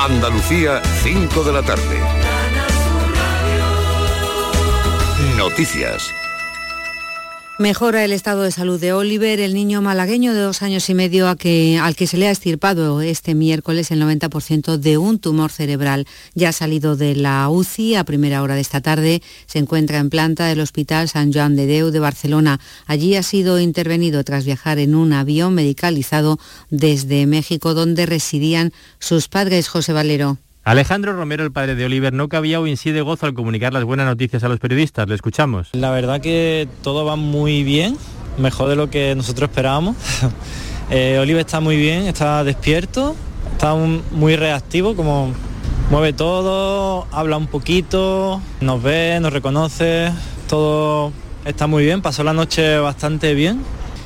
Andalucía, 5 de la tarde. Noticias. Mejora el estado de salud de Oliver, el niño malagueño de 2 años y medio al que se le ha extirpado este miércoles el 90% de un tumor cerebral. Ya ha salido de la UCI a primera hora de esta tarde. Se encuentra en planta del Hospital Sant Joan de Déu de Barcelona. Allí ha sido intervenido tras viajar en un avión medicalizado desde México, donde residían sus padres. José Valero. Alejandro Romero, el padre de Oliver, no cabía hoy en sí de gozo al comunicar las buenas noticias a los periodistas. Le escuchamos. La verdad que todo va muy bien, mejor de lo que nosotros esperábamos. Oliver está muy bien, está despierto, está muy reactivo, como mueve todo, habla un poquito, nos ve, nos reconoce, todo está muy bien, pasó la noche bastante bien.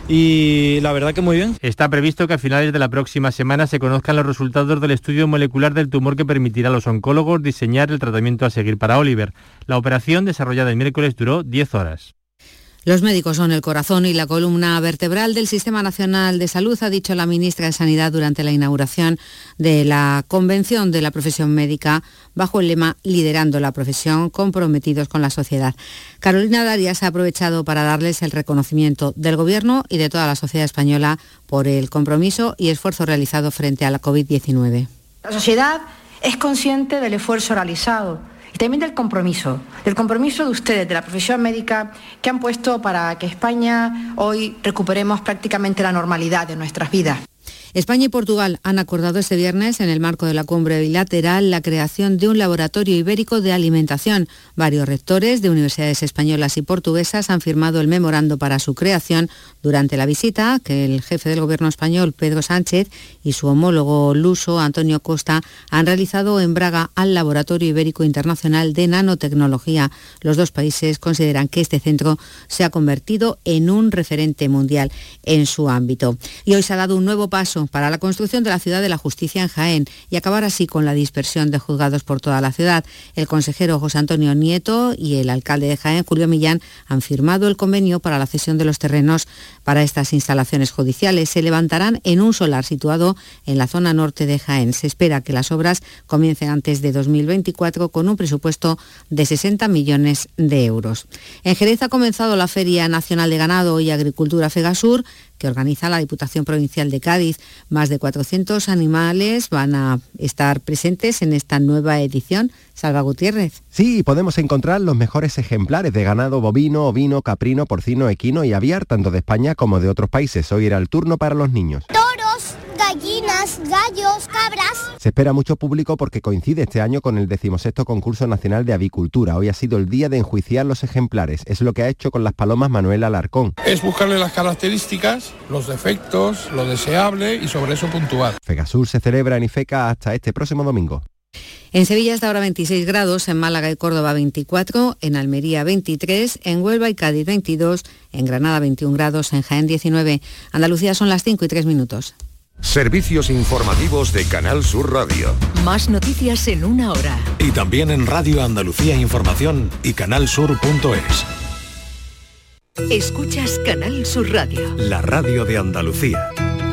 Y la verdad que muy bien. Está previsto que a finales de la próxima semana se conozcan los resultados del estudio molecular del tumor que permitirá a los oncólogos diseñar el tratamiento a seguir para Oliver. La operación, desarrollada el miércoles, duró 10 horas. Los médicos son el corazón y la columna vertebral del Sistema Nacional de Salud, ha dicho la ministra de Sanidad durante la inauguración de la Convención de la Profesión Médica bajo el lema Liderando la profesión, comprometidos con la sociedad. Carolina Darias ha aprovechado para darles el reconocimiento del Gobierno y de toda la sociedad española por el compromiso y esfuerzo realizado frente a la COVID-19. La sociedad es consciente del esfuerzo realizado y también del compromiso de ustedes, de la profesión médica, que han puesto para que España hoy recuperemos prácticamente la normalidad de nuestras vidas. España y Portugal han acordado este viernes, en el marco de la cumbre bilateral, la creación de un laboratorio ibérico de alimentación. Varios rectores de universidades españolas y portuguesas han firmado el memorando para su creación durante la visita que el jefe del Gobierno español, Pedro Sánchez, y su homólogo luso, Antonio Costa, han realizado en Braga al Laboratorio Ibérico Internacional de Nanotecnología. Los dos países consideran que este centro se ha convertido en un referente mundial en su ámbito. Y hoy se ha dado un nuevo paso para la construcción de la Ciudad de la Justicia en Jaén y acabar así con la dispersión de juzgados por toda la ciudad. El consejero José Antonio Nieto y el alcalde de Jaén, Julio Millán, han firmado el convenio para la cesión de los terrenos para estas instalaciones judiciales. Se levantarán en un solar situado en la zona norte de Jaén. Se espera que las obras comiencen antes de 2024 con un presupuesto de 60 millones de euros. En Jerez ha comenzado la Feria Nacional de Ganado y Agricultura Fegasur, que organiza la Diputación Provincial de Cádiz. Más de 400 animales van a estar presentes en esta nueva edición. Salva Gutiérrez. Sí, podemos encontrar los mejores ejemplares de ganado bovino, ovino, caprino, porcino, equino y aviar, tanto de España como de otros países. Hoy era el turno para los niños. Toros, gallinas, gallos, cabras. Se espera mucho público porque coincide este año con el 16º Concurso Nacional de Avicultura. Hoy ha sido el día de enjuiciar los ejemplares. Es lo que ha hecho con las palomas Manuel Alarcón. Es buscarle las características, los defectos, lo deseable y sobre eso puntuar. Fegasur se celebra en Ifeca hasta este próximo domingo. En Sevilla está ahora 26 grados, en Málaga y Córdoba 24, en Almería 23, en Huelva y Cádiz 22, en Granada 21 grados, en Jaén 19. Andalucía son las 5:03. Servicios informativos de Canal Sur Radio. Más noticias en una hora. Y también en Radio Andalucía Información y canalsur.es. Escuchas Canal Sur Radio. La radio de Andalucía.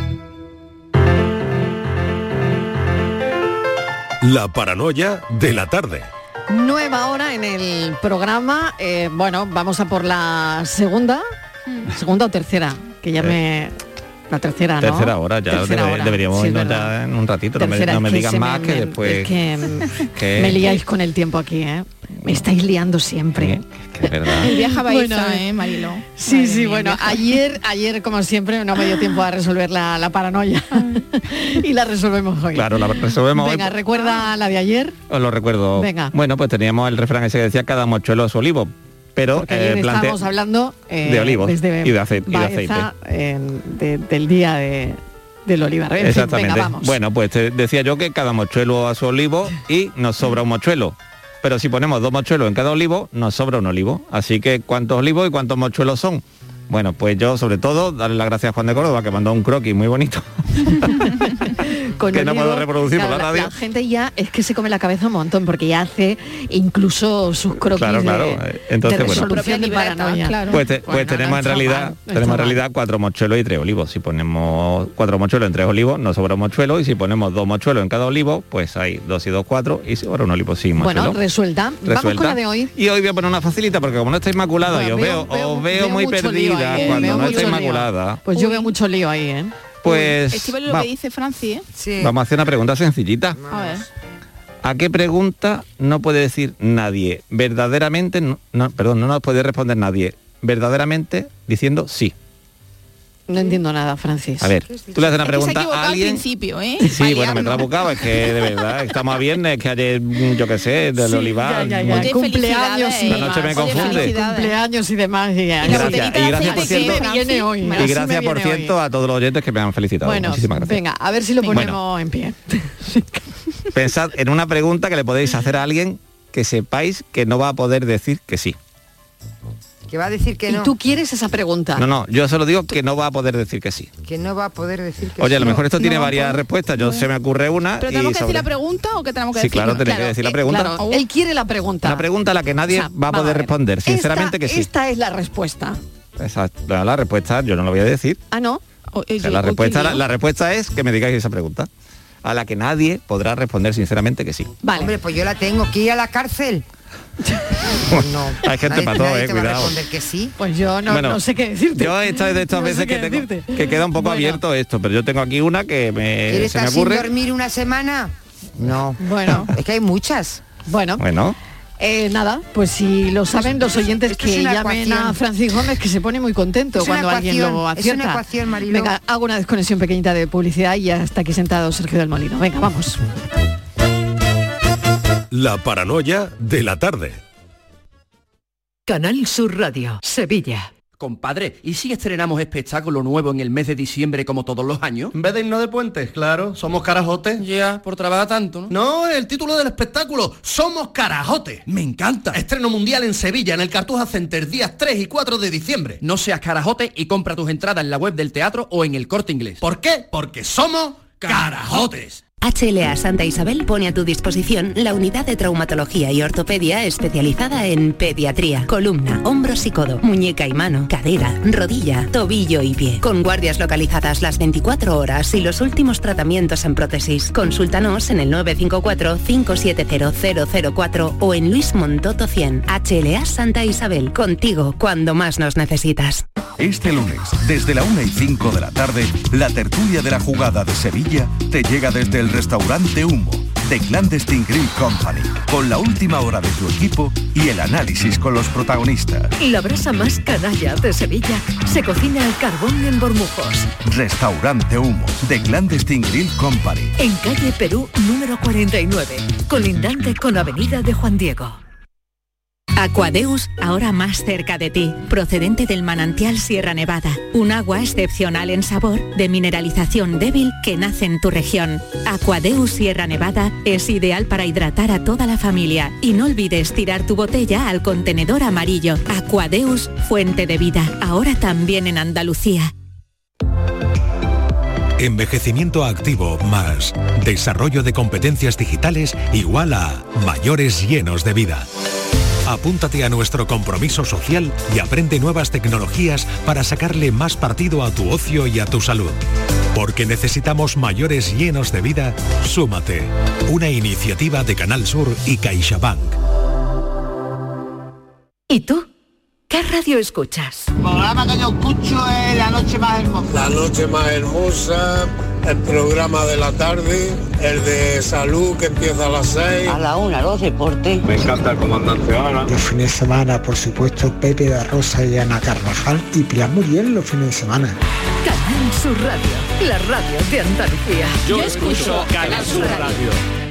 La paranoia de la tarde. Nueva hora en el programa. Bueno, vamos a por la segunda o tercera, que ya la tercera, ¿no? Tercera hora, ya deberíamos sí, irnos ya en un ratito. No me digas más que después... Es que me liáis con el tiempo aquí, ¿eh? Me estáis liando siempre. Que es verdad. El viaje a Baeza, Marilo. Sí, bueno, ayer, como siempre, no me dio tiempo a resolver la paranoia. Y la resolvemos hoy. Claro, la resolvemos hoy. Venga, ¿recuerda la de ayer? Os lo recuerdo. Venga. Bueno, pues teníamos el refrán ese que decía cada mochuelo a su olivo. Pero estábamos hablando de olivos y de aceite. Del día del olivar. Exactamente. Venga, vamos. Bueno, pues decía yo que cada mochuelo a su olivo y nos sobra un mochuelo. Pero si ponemos 2 mochuelos en cada olivo, nos sobra un olivo. Así que, ¿cuántos olivos y cuántos mochuelos son? Bueno, pues yo, sobre todo, darle las gracias a Juan de Córdoba, que mandó un croquis muy bonito. con que no olivo, puedo reproducir por la radio. La gente ya es que se come la cabeza un montón porque ya hace incluso sus croquis Entonces, de resolución de paranoia. Claro. Pues tenemos en realidad 4 mochuelos y 3 olivos. Si ponemos 4 mochuelos en 3 olivos, nos sobra un mochuelo, y si ponemos 2 mochuelos en cada olivo, pues hay 2 y 2, 4, y sobra un olivo sin mochuelo. Bueno, resuelta. Vamos con la de hoy. Y hoy voy a poner una facilita, porque como no está inmaculada, Bueno, y os veo muy perdida cuando no está inmaculada. Pues yo veo mucho lío ahí, ¿eh? Pues Estíbaliz, lo que dice Franci, ¿eh? Sí. Vamos a hacer una pregunta sencillita. A ver. ¿A qué pregunta no puede decir nadie verdaderamente, no nos puede responder nadie verdaderamente diciendo sí? No entiendo nada, Francis. A ver, tú le haces una pregunta a alguien. Al principio, ¿eh? Sí, bueno, me he buscado, es que de verdad, estamos a viernes, que ayer, yo qué sé, del olivar. Ya. Cumpleaños y la noche me confunde. Cumpleaños y demás. Y gracias por cierto. Y gracias por cierto a todos los oyentes que me han felicitado. Bueno, muchísimas gracias. Venga, a ver si lo ponemos en pie. Pensad en una pregunta que le podéis hacer a alguien que sepáis que no va a poder decir que sí. Que va a decir que no. ¿Y tú quieres esa pregunta? No, yo solo digo que no va a poder decir que sí. Que no va a poder decir que sí. Oye, a lo mejor esto tiene varias respuestas. Yo se me ocurre una. ¿Pero tenemos que decir la pregunta o que tenemos que decir? Sí, claro, tenéis que decir la pregunta. Claro, él quiere la pregunta. Una pregunta a la que nadie va a poder responder. Sinceramente que sí. Esta es la respuesta. Exacto. La respuesta yo no lo voy a decir. Ah, ¿no? La respuesta es que me digáis esa pregunta, a la que nadie podrá responder sinceramente que sí. Vale. Hombre, pues yo la tengo que ir a la cárcel. No, hay gente para todo, cuidado. Que sí. Pues yo no sé qué decirte. Yo he estado de estas veces que queda un poco abierto esto, pero yo tengo aquí una que se me ocurre. ¿Sin dormir una semana? No. Bueno, es que hay muchas. Bueno. Nada, pues si lo saben los oyentes que llamen a Francis Gómez, que se pone muy contento cuando alguien lo acierta. Es una ecuación, Mariló. Venga, hago una desconexión pequeñita de publicidad y ya está aquí sentado Sergio del Molino. Venga, vamos. La paranoia de la tarde. Canal Sur Radio, Sevilla. Compadre, ¿y si estrenamos espectáculo nuevo en el mes de diciembre como todos los años? En vez de irnos de puentes, claro, somos carajotes. Ya, por trabajar tanto, ¿no? No, el título del espectáculo, Somos Carajotes. Me encanta. Estreno mundial en Sevilla, en el Cartuja Center, días 3 y 4 de diciembre. No seas carajote y compra tus entradas en la web del teatro o en el Corte Inglés. ¿Por qué? Porque somos carajotes. HLA Santa Isabel pone a tu disposición la unidad de traumatología y ortopedia especializada en pediatría, columna, hombros y codo, muñeca y mano, cadera, rodilla, tobillo y pie. Con guardias localizadas las 24 horas y los últimos tratamientos en prótesis. Consúltanos en el 954-570004 o en Luis Montoto 100. HLA Santa Isabel, contigo cuando más nos necesitas. Este lunes, desde la 1:05 de la tarde, la tertulia de la jugada de Sevilla te llega desde el restaurante Humo, de Clandestine Grill Company, con la última hora de tu equipo y el análisis con los protagonistas. La brasa más canalla de Sevilla se cocina al carbón en Bormujos. Restaurante Humo, de Clandestine Grill Company. En calle Perú, número 49, colindante con Avenida de Juan Diego. Aquadeus, ahora más cerca de ti, procedente del manantial Sierra Nevada, un agua excepcional en sabor, de mineralización débil que nace en tu región. Aquadeus Sierra Nevada es ideal para hidratar a toda la familia y no olvides tirar tu botella al contenedor amarillo. Aquadeus, fuente de vida, ahora también en Andalucía. Envejecimiento activo más desarrollo de competencias digitales igual a mayores llenos de vida. Apúntate a nuestro compromiso social y aprende nuevas tecnologías para sacarle más partido a tu ocio y a tu salud. Porque necesitamos mayores llenos de vida, súmate. Una iniciativa de Canal Sur y CaixaBank. ¿Y tú? ¿Qué radio escuchas? El programa que yo escucho es La Noche Más Hermosa. La Noche Más Hermosa, el programa de la tarde, el de salud que empieza a las 6. A la 1, los deportes. Me encanta el comandante Ana. Los fines de semana, por supuesto, Pepe da Rosa y Ana Carvajal y Pilar Muriel los fines de semana. Canal Sur Radio, la radio de Andalucía. Yo escucho Canal Sur Radio.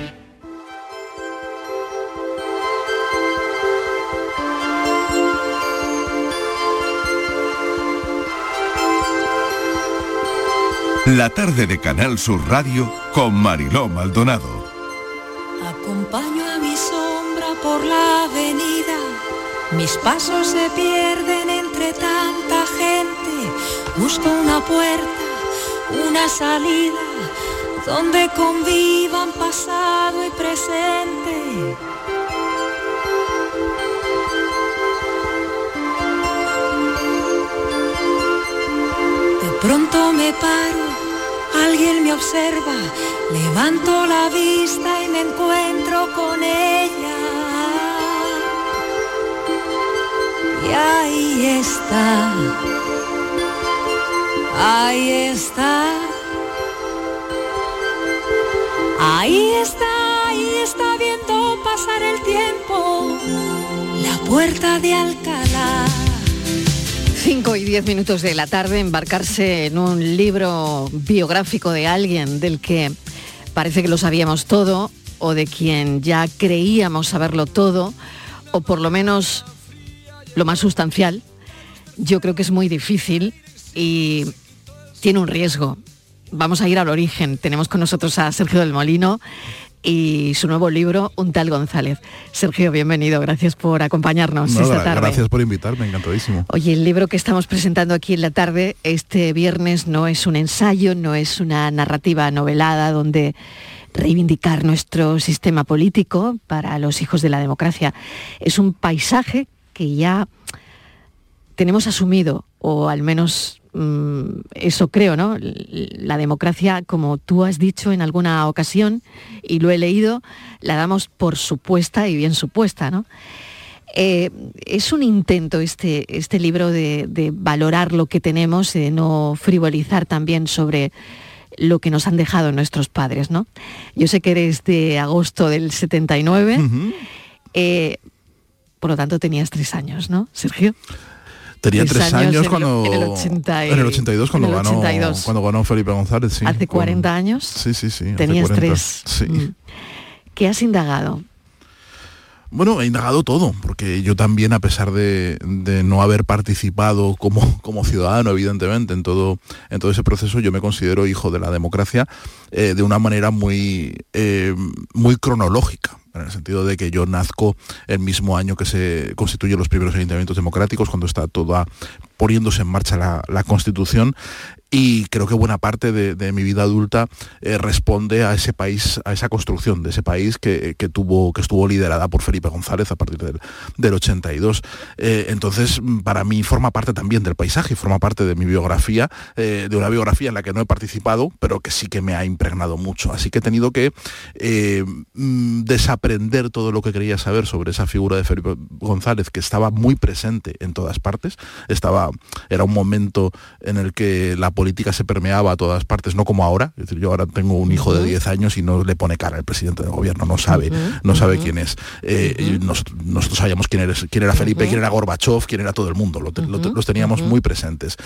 La tarde de Canal Sur Radio con Mariló Maldonado. Acompaño a mi sombra por la avenida, mis pasos se pierden entre tanta gente, busco una puerta, una salida, donde convivan pasado y presente. De pronto me paro, alguien me observa, levanto la vista y me encuentro con ella. Y ahí está, ahí está, ahí está, ahí está viendo pasar el tiempo, la puerta de Alcalá. 5 y 10 minutos de la tarde, embarcarse en un libro biográfico de alguien del que parece que lo sabíamos todo, o de quien ya creíamos saberlo todo, o por lo menos lo más sustancial. Yo creo que es muy difícil y tiene un riesgo. Vamos a ir al origen. Tenemos con nosotros a Sergio del Molino y su nuevo libro, Un tal González. Sergio, bienvenido, gracias por acompañarnos esta tarde. Gracias por invitarme, encantadísimo. Oye, el libro que estamos presentando aquí en la tarde, este viernes, no es un ensayo, no es una narrativa novelada donde reivindicar nuestro sistema político para los hijos de la democracia. Es un paisaje que ya tenemos asumido, o al menos eso creo, ¿no? La democracia, como tú has dicho en alguna ocasión, y lo he leído, la damos por supuesta y bien supuesta, ¿no? Es un intento este libro de valorar lo que tenemos, de no frivolizar también sobre lo que nos han dejado nuestros padres, ¿no? Yo sé que eres de agosto del 79, por lo tanto tenías 3 años, ¿no, Sergio? Tenía 3 años cuando... En el 82, cuando ganó Felipe González, sí. ¿Hace 40 años? Sí. Tenías 3. Sí. ¿Qué has indagado? Bueno, he indagado todo, porque yo también, a pesar de no haber participado como ciudadano, evidentemente, en todo ese proceso, yo me considero hijo de la democracia de una manera muy cronológica, en el sentido de que yo nazco el mismo año que se constituyen los primeros ayuntamientos democráticos, cuando está toda poniéndose en marcha la Constitución, y creo que buena parte de mi vida adulta responde a ese país, a esa construcción de ese país que estuvo liderada por Felipe González a partir del 82. Entonces, para mí forma parte también del paisaje, forma parte de mi biografía, de una biografía en la que no he participado, pero que sí que me ha impregnado mucho. Así que he tenido que desaprender todo lo que quería saber sobre esa figura de Felipe González, que estaba muy presente en todas partes. Era un momento en el que la política se permeaba a todas partes, no como ahora. Es decir, yo ahora tengo un hijo de 10 años y no le pone cara al presidente del gobierno, no sabe quién es. Nosotros sabíamos quién era Felipe, quién era Gorbachev, quién era todo el mundo, los teníamos muy presentes.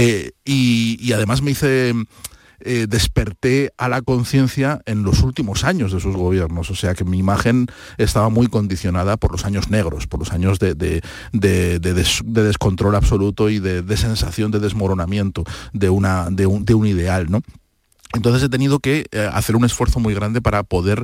Y además me hice... desperté a la conciencia en los últimos años de sus gobiernos, o sea que mi imagen estaba muy condicionada por los años negros, por los años de descontrol absoluto y de sensación de desmoronamiento de un ideal, ¿no? Entonces he tenido que hacer un esfuerzo muy grande para poder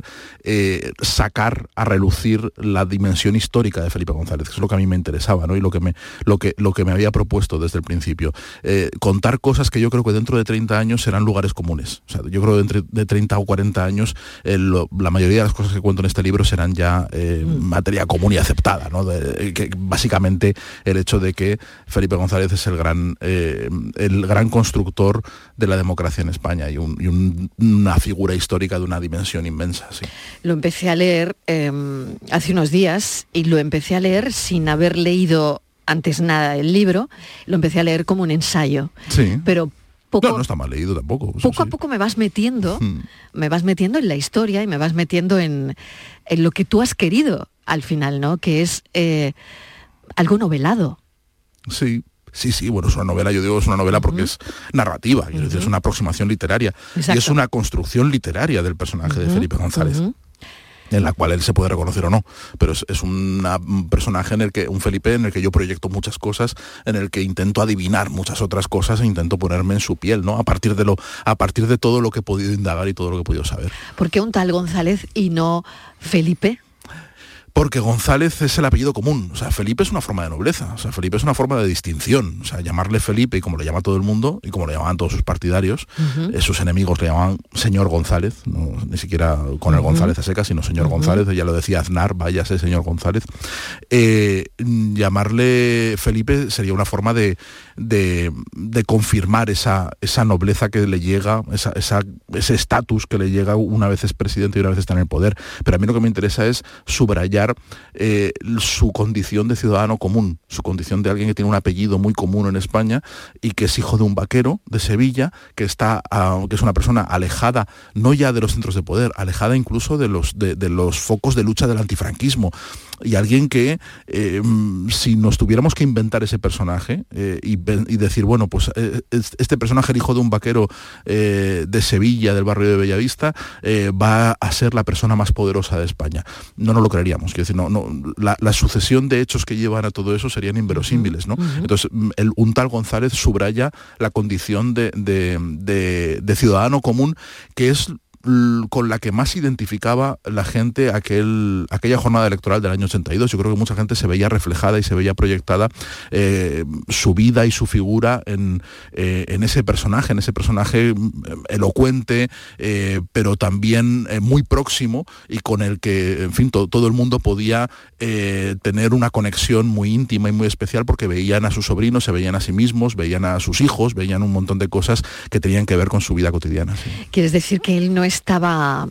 sacar a relucir la dimensión histórica de Felipe González, que es lo que a mí me interesaba, ¿no? Y lo que me había propuesto desde el principio. Contar cosas que yo creo que dentro de 30 años serán lugares comunes. O sea, yo creo que de 30 o 40 años la mayoría de las cosas que cuento en este libro serán ya materia común y aceptada, ¿no? Que básicamente el hecho de que Felipe González es el gran constructor de la democracia en España y una figura histórica de una dimensión inmensa. Sí. Lo empecé a leer hace unos días y lo empecé a leer sin haber leído antes nada del libro, lo empecé a leer como un ensayo. Sí. Pero no está mal leído tampoco. Poco a poco me vas metiendo en la historia y me vas metiendo en lo que tú has querido al final, ¿no? Que es algo novelado. Sí. Sí, bueno, es una novela, yo digo es una novela porque es narrativa, es una aproximación literaria. Exacto. Y es una construcción literaria del personaje de Felipe González, en la cual él se puede reconocer o no, pero es un personaje un Felipe en el que yo proyecto muchas cosas, en el que intento adivinar muchas otras cosas e intento ponerme en su piel, ¿no? A partir de todo lo que he podido indagar y todo lo que he podido saber. ¿Por qué un tal González y no Felipe? Porque González es el apellido común. O sea, Felipe es una forma de nobleza. O sea, Felipe es una forma de distinción. O sea, llamarle Felipe, y como le llama todo el mundo, y como le llamaban todos sus partidarios, sus enemigos le llamaban señor González, no, ni siquiera con el González a secas, sino señor González, ya lo decía Aznar, váyase señor González. Llamarle Felipe sería una forma de confirmar esa nobleza que le llega, ese estatus que le llega una vez es presidente y una vez está en el poder. Pero a mí lo que me interesa es subrayar su condición de ciudadano común, su condición de alguien que tiene un apellido muy común en España y que es hijo de un vaquero de Sevilla, que es una persona alejada, no ya de los centros de poder, alejada incluso de los focos de lucha del antifranquismo. Y alguien que, si nos tuviéramos que inventar ese personaje y decir, bueno, pues este personaje, el hijo de un vaquero de Sevilla, del barrio de Bellavista, va a ser la persona más poderosa de España. No nos lo creeríamos. Quiero decir, la sucesión de hechos que llevan a todo eso serían inverosímiles, ¿no? Entonces, un tal González subraya la condición de ciudadano común, que es con la que más identificaba la gente aquella jornada electoral del año 82. Yo creo que mucha gente se veía reflejada y se veía proyectada su vida y su figura en ese personaje elocuente, pero también muy próximo, y con el que, en fin, todo el mundo podía tener una conexión muy íntima y muy especial, porque veían a sus sobrinos, se veían a sí mismos, veían a sus hijos, veían un montón de cosas que tenían que ver con su vida cotidiana. Sí. ¿Quieres decir que él no estaba,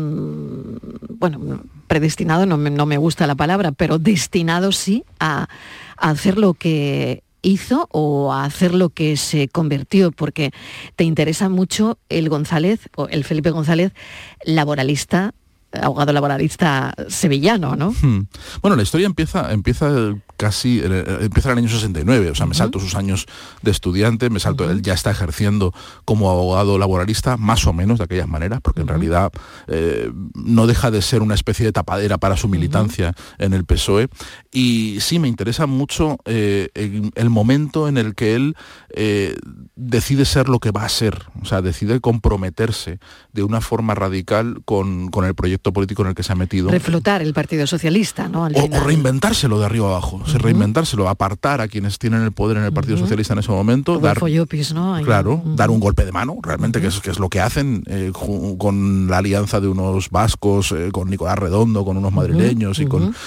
predestinado, no me gusta la palabra, pero destinado sí a hacer lo que hizo o a hacer lo que se convirtió? Porque te interesa mucho el Felipe González laboralista, abogado laboralista sevillano, ¿no? Bueno, la historia empieza casi, empieza en el año 69, o sea, me salto sus años de estudiante, él ya está ejerciendo como abogado laboralista, más o menos de aquellas maneras, porque en realidad no deja de ser una especie de tapadera para su militancia en el PSOE, y sí, me interesa mucho el momento en el que él decide ser lo que va a ser, o sea, decide comprometerse de una forma radical con el proyecto político en el que se ha metido. Reflotar el Partido Socialista, ¿no? O reinventárselo de arriba abajo, reinventárselo, apartar a quienes tienen el poder en el Partido Socialista en ese momento, dar un golpe de mano, realmente, que es lo que hacen con la alianza de unos vascos, con Nicolás Redondo, con unos madrileños,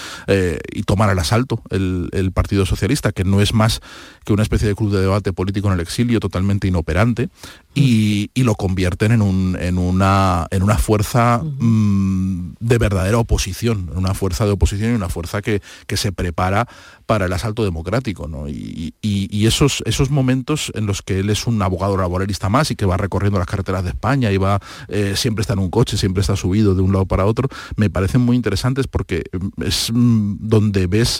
y tomar al asalto el Partido Socialista, que no es más que una especie de club de debate político en el exilio totalmente inoperante, y lo convierten en una fuerza de verdadera oposición, una fuerza de oposición y una fuerza que se prepara para el asalto democrático, ¿no? Y esos momentos en los que él es un abogado laboralista más y que va recorriendo las carreteras de España y siempre está en un coche, siempre está subido de un lado para otro, me parecen muy interesantes, porque es donde ves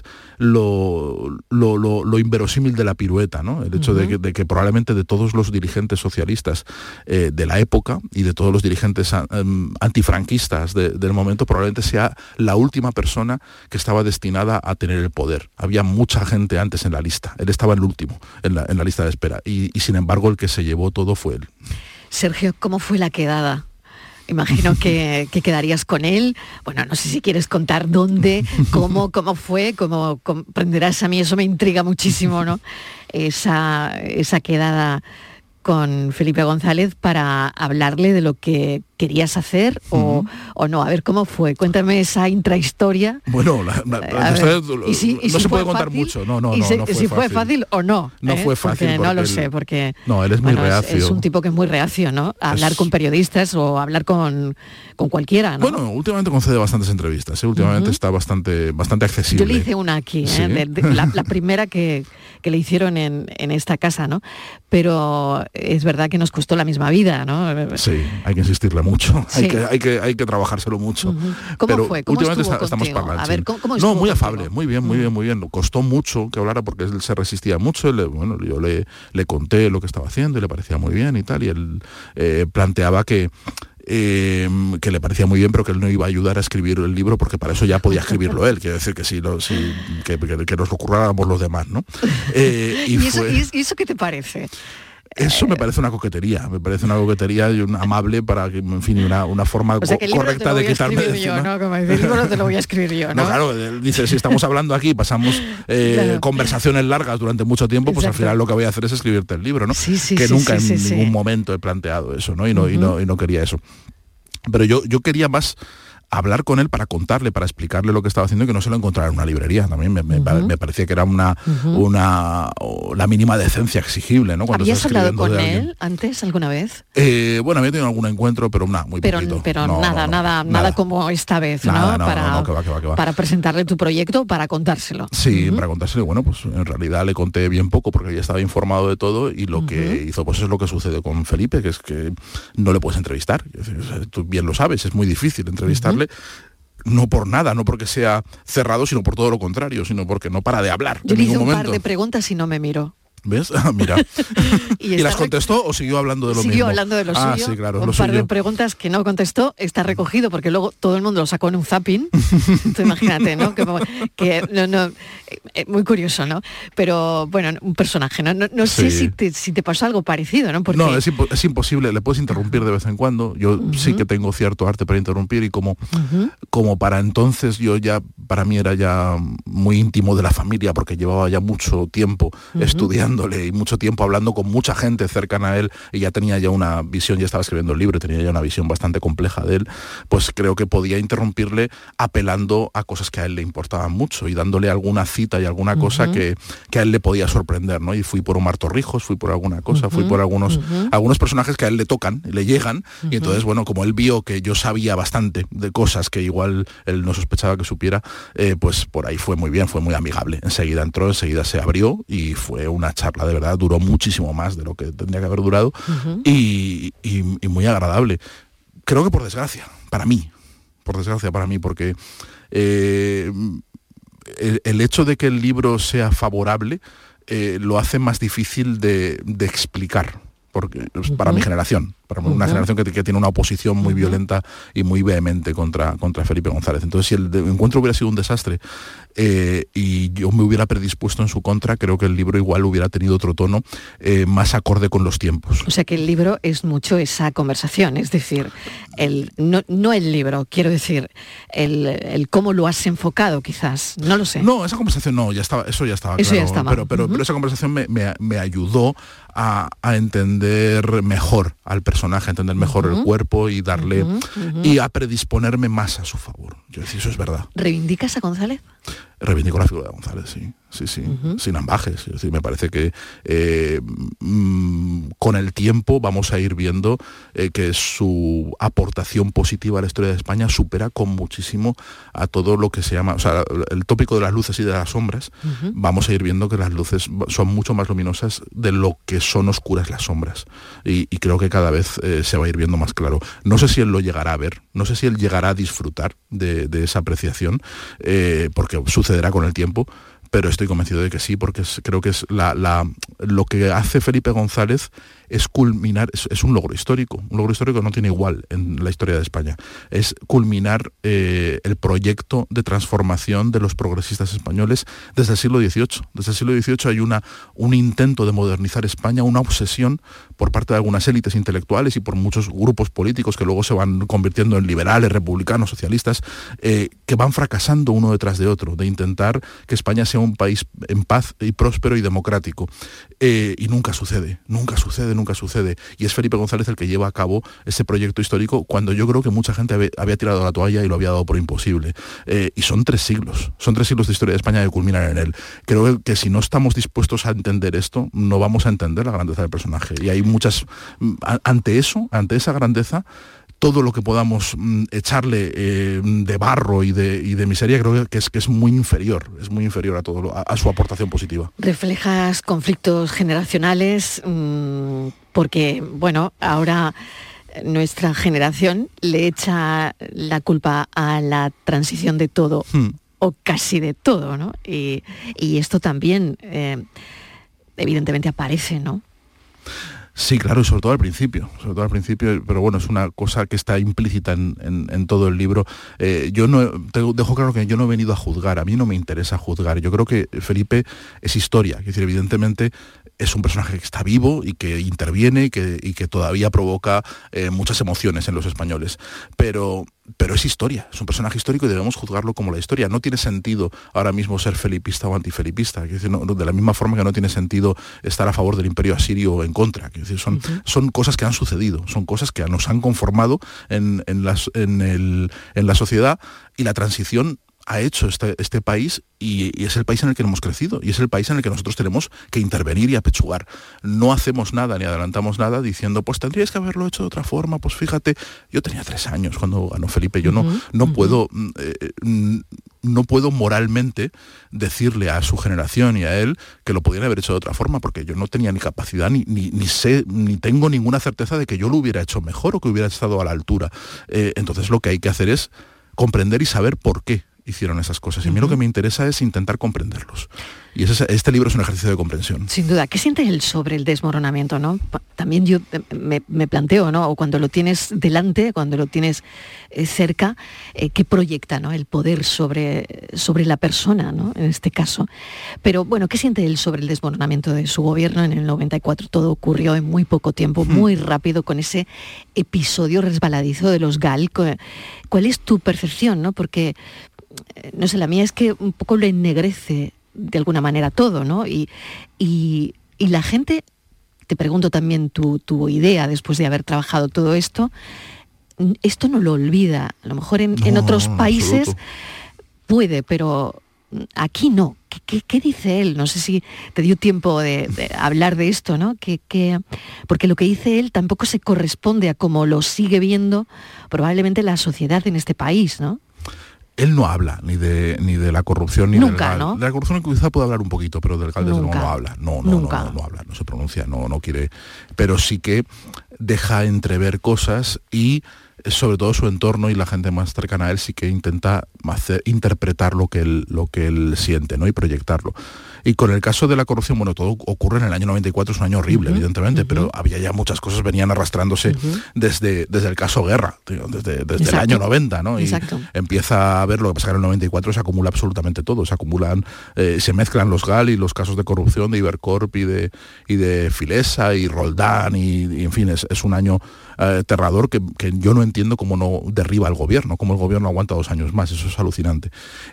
lo inverosímil de la pirueta, ¿no? El hecho de que probablemente de todos los dirigentes socialistas de la época y de todos los dirigentes antifranquistas del momento, probablemente sea la última persona que estaba destinada a tener el poder. Había mucha gente antes en la lista, él estaba el último en la lista de espera, y sin embargo el que se llevó todo fue él. Sergio, ¿cómo fue la quedada? Imagino que quedarías con él. Bueno, no sé si quieres contar dónde, cómo fue, como comprenderás, a mí eso me intriga muchísimo, ¿no? Esa quedada con Felipe González para hablarle de lo que querías hacer o no. A ver, ¿cómo fue? Cuéntame esa intrahistoria. Bueno, la historia no se puede contar mucho. No fue si fue fácil o no. No fue fácil. Porque no lo sé, porque... No, él es muy reacio. Es un tipo que es muy reacio, ¿no? A hablar con periodistas o hablar con cualquiera, ¿no? Bueno, últimamente concede bastantes entrevistas, últimamente está bastante accesible. Yo le hice una aquí, ¿sí? La primera que le hicieron en esta casa, ¿no? Pero es verdad que nos costó la misma vida, ¿no? Sí, hay que insistirle mucho, sí. hay que trabajárselo mucho. ¿Cómo pero fue? ¿Cómo últimamente estuvo estamos contigo? parlando. A ver, ¿cómo no, muy afable, muy bien. Costó mucho que hablara porque él se resistía mucho. Yo le conté lo que estaba haciendo y le parecía muy bien y tal, y él planteaba que le parecía muy bien, pero que él no iba a ayudar a escribir el libro porque para eso ya podía escribirlo él. Quiero decir que que nos lo curráramos los demás, ¿no? ¿Y eso qué te parece? Eso me parece una coquetería, y un amable para que, en fin, una forma correcta de quitarme de encima. ¿No? Como dice, el libro no te lo voy a escribir yo, ¿no? No, claro, dice, si estamos hablando aquí, pasamos claro. Conversaciones largas durante mucho tiempo, pues Exacto. Al final lo que voy a hacer es escribirte el libro, ¿no? Que nunca en ningún momento he planteado eso, ¿no? Y no quería eso. Pero yo quería más hablar con él para contarle, para explicarle lo que estaba haciendo y que no se lo encontrara en una librería. También me parecía que era la mínima decencia exigible, ¿no? Cuando ¿Habías hablado con él antes alguna vez? Bueno, había tenido algún encuentro, pero muy poquito. Pero nada como esta vez, ¿no? Para presentarle tu proyecto, para contárselo. Sí, para contárselo. Bueno, pues en realidad le conté bien poco porque ya estaba informado de todo y lo que hizo, pues es lo que sucede con Felipe, que es que no le puedes entrevistar. Tú bien lo sabes, es muy difícil entrevistar. No por nada, no porque sea cerrado, sino por todo lo contrario, sino porque no para de hablar. Yo le hice un par de preguntas y no me miró. ¿Ves? Mira. ¿Y las contestó o siguió hablando de lo mismo? Siguió hablando de lo suyo. Sí, claro, un par de preguntas que no contestó, está recogido porque luego todo el mundo lo sacó en un zapping. Tú imagínate, ¿no? Muy curioso, ¿no? Pero bueno, un personaje, ¿no? No sé si te pasó algo parecido, ¿no? Porque... No, es imposible, le puedes interrumpir de vez en cuando. Yo sí que tengo cierto arte para interrumpir y como para entonces para mí era ya muy íntimo de la familia porque llevaba ya mucho tiempo estudiándole y mucho tiempo hablando con mucha gente cercana a él y ya tenía ya una visión, ya estaba escribiendo el libro y tenía ya una visión bastante compleja de él, pues creo que podía interrumpirle apelando a cosas que a él le importaban mucho y dándole alguna cita y alguna cosa que a él le podía sorprender, ¿no? Y fui por Omar Torrijos, fui por alguna cosa, fui por algunos personajes que a él le tocan, le llegan y entonces, bueno, como él vio que yo sabía bastante de cosas que igual él no sospechaba que supiera, pues por ahí fue muy bien, fue muy amigable. Enseguida entró, enseguida se abrió y fue una charla, de verdad, duró muchísimo más de lo que tendría que haber durado y muy agradable. Creo que por desgracia para mí, porque el hecho de que el libro sea favorable lo hace más difícil de explicar. Porque para mi generación, para una generación que tiene una oposición muy violenta y muy vehemente contra Felipe González. Entonces, si el encuentro hubiera sido un desastre y yo me hubiera predispuesto en su contra, creo que el libro igual hubiera tenido otro tono más acorde con los tiempos. O sea que el libro es mucho esa conversación, es decir, no el libro, quiero decir, el cómo lo has enfocado quizás, no lo sé. No, esa conversación no, eso ya estaba claro. Pero esa conversación me ayudó a entender mejor al personaje, a entender mejor el cuerpo y darle y a predisponerme más a su favor. Yo decía, eso es verdad. ¿Reivindicas a González? Reivindico la figura de González, sí, sin ambajes. Es decir, me parece que con el tiempo vamos a ir viendo que su aportación positiva a la historia de España supera con muchísimo a todo lo que se llama, o sea, el tópico de las luces y de las sombras, vamos a ir viendo que las luces son mucho más luminosas de lo que son oscuras las sombras. Y creo que cada vez se va a ir viendo más claro. No sé si él lo llegará a ver, no sé si él llegará a disfrutar de esa apreciación, porque sucederá con el tiempo, pero estoy convencido de que sí, porque creo que es lo que hace Felipe González es culminar, es un logro histórico que no tiene igual en la historia de España. Es culminar el proyecto de transformación de los progresistas españoles desde el siglo XVIII. Desde el siglo XVIII hay un intento de modernizar España, una obsesión por parte de algunas élites intelectuales y por muchos grupos políticos que luego se van convirtiendo en liberales, republicanos, socialistas, que van fracasando uno detrás de otro, de intentar que España sea un país en paz y próspero y democrático. Y nunca sucede. Y es Felipe González el que lleva a cabo ese proyecto histórico cuando yo creo que mucha gente había tirado la toalla y lo había dado por imposible. Y son 3 siglos de historia de España que culminan en él. Creo que si no estamos dispuestos a entender esto, no vamos a entender la grandeza del personaje. Y hay muchas... Ante esa grandeza, todo lo que podamos echarle de barro y de miseria, creo que es muy inferior a todo a su aportación positiva. Reflejas conflictos generacionales porque, bueno, ahora nuestra generación le echa la culpa a la transición de todo o casi de todo, ¿no? Y esto también evidentemente aparece, ¿no? Sí, claro, y sobre todo al principio, pero bueno, es una cosa que está implícita en todo el libro. Yo no dejo claro que yo no he venido a juzgar, a mí no me interesa juzgar. Yo creo que Felipe es historia, es decir, evidentemente es un personaje que está vivo y que interviene y que todavía provoca muchas emociones en los españoles, pero es historia, es un personaje histórico y debemos juzgarlo como la historia. No tiene sentido ahora mismo ser felipista o antifelipista, es decir, de la misma forma que no tiene sentido estar a favor del Imperio Asirio o en contra. Es decir, son cosas que han sucedido, son cosas que nos han conformado en la sociedad, y la transición ha hecho este país y es el país en el que hemos crecido y es el país en el que nosotros tenemos que intervenir y apechugar. No hacemos nada ni adelantamos nada diciendo, pues tendríais que haberlo hecho de otra forma. Pues fíjate, yo tenía 3 años cuando ganó Felipe, yo no puedo moralmente decirle a su generación y a él que lo podían haber hecho de otra forma, porque yo no tenía ni capacidad, ni sé, ni tengo ninguna certeza de que yo lo hubiera hecho mejor o que hubiera estado a la altura. Entonces lo que hay que hacer es comprender y saber por qué hicieron esas cosas. Y a mí lo que me interesa es intentar comprenderlos. Y este libro es un ejercicio de comprensión. Sin duda. ¿Qué siente él sobre el desmoronamiento, no? También yo me planteo, ¿no? O cuando lo tienes delante, cuando lo tienes cerca, ¿qué proyecta, ¿no? El poder sobre la persona, ¿no? En este caso. Pero bueno, ¿qué siente él sobre el desmoronamiento de su gobierno en el 94? Todo ocurrió en muy poco tiempo, muy rápido, con ese episodio resbaladizo de los GAL. ¿Cuál es tu percepción, no? Porque no sé, la mía es que un poco lo ennegrece de alguna manera todo, ¿no? Y la gente, te pregunto también tu idea después de haber trabajado todo esto no lo olvida. A lo mejor en otros países puede, pero aquí no. ¿Qué dice él? No sé si te dio tiempo de hablar de esto, ¿no? Porque lo que dice él tampoco se corresponde a cómo lo sigue viendo probablemente la sociedad en este país, ¿no? Él no habla ni de la corrupción ni nunca, del GAL. ¿no? De la corrupción quizá puede hablar un poquito, pero del GAL desde luego no habla. No habla, no se pronuncia, no quiere. Pero sí que deja entrever cosas y sobre todo su entorno y la gente más cercana a él sí que intenta interpretar lo que él siente, ¿no? Y proyectarlo. Y con el caso de la corrupción, bueno, todo ocurre en el año 94, es un año horrible, evidentemente, pero había ya muchas cosas, venían arrastrándose desde el caso Guerra, desde el año 90, ¿no? Y empieza a ver lo que pasa que en el 94 se acumula absolutamente todo, se mezclan los GAL y los casos de corrupción de Ibercorp y de Filesa y Roldán y en fin, es un año aterrador que yo no entiendo cómo no derriba al gobierno, cómo el gobierno aguanta 2 años más, eso es alucinante.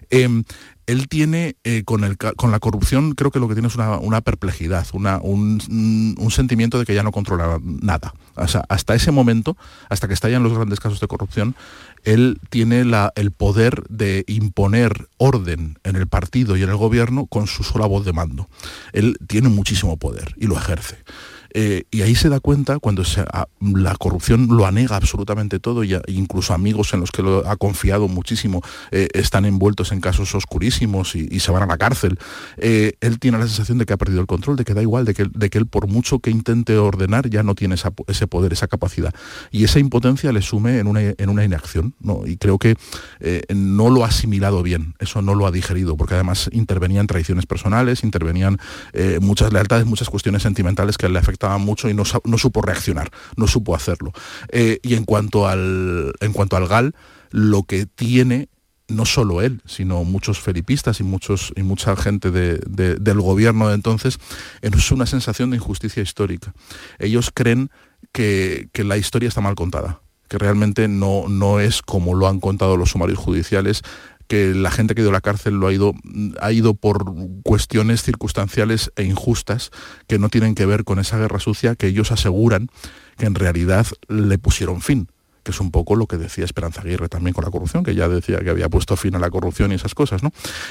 Él tiene, con la corrupción, creo que lo que tiene es una perplejidad, un sentimiento de que ya no controla nada. O sea, hasta ese momento, hasta que estallan los grandes casos de corrupción, él tiene el poder de imponer orden en el partido y en el gobierno con su sola voz de mando. Él tiene muchísimo poder y lo ejerce. Y ahí se da cuenta cuando la corrupción lo anega absolutamente todo, y incluso amigos en los que lo ha confiado muchísimo están envueltos en casos oscurísimos y se van a la cárcel. Él tiene la sensación de que ha perdido el control, de que da igual, de que él por mucho que intente ordenar ya no tiene ese poder, esa capacidad. Y esa impotencia le sume en una inacción, ¿no? Y creo que no lo ha asimilado bien, eso no lo ha digerido, porque además intervenían traiciones personales, intervenían muchas lealtades, muchas cuestiones sentimentales que a él le afectaban mucho y no supo reaccionar, no supo hacerlo. Y en cuanto al GAL, lo que tiene no solo él, sino muchos felipistas y mucha gente del gobierno de entonces, es una sensación de injusticia histórica. Ellos creen que la historia está mal contada, que realmente no es como lo han contado los sumarios judiciales, que la gente que ha ido a la cárcel ha ido por cuestiones circunstanciales e injustas que no tienen que ver con esa guerra sucia que ellos aseguran que en realidad le pusieron fin, que es un poco lo que decía Esperanza Aguirre también con la corrupción, que ya decía que había puesto fin a la corrupción y esas cosas, ¿no?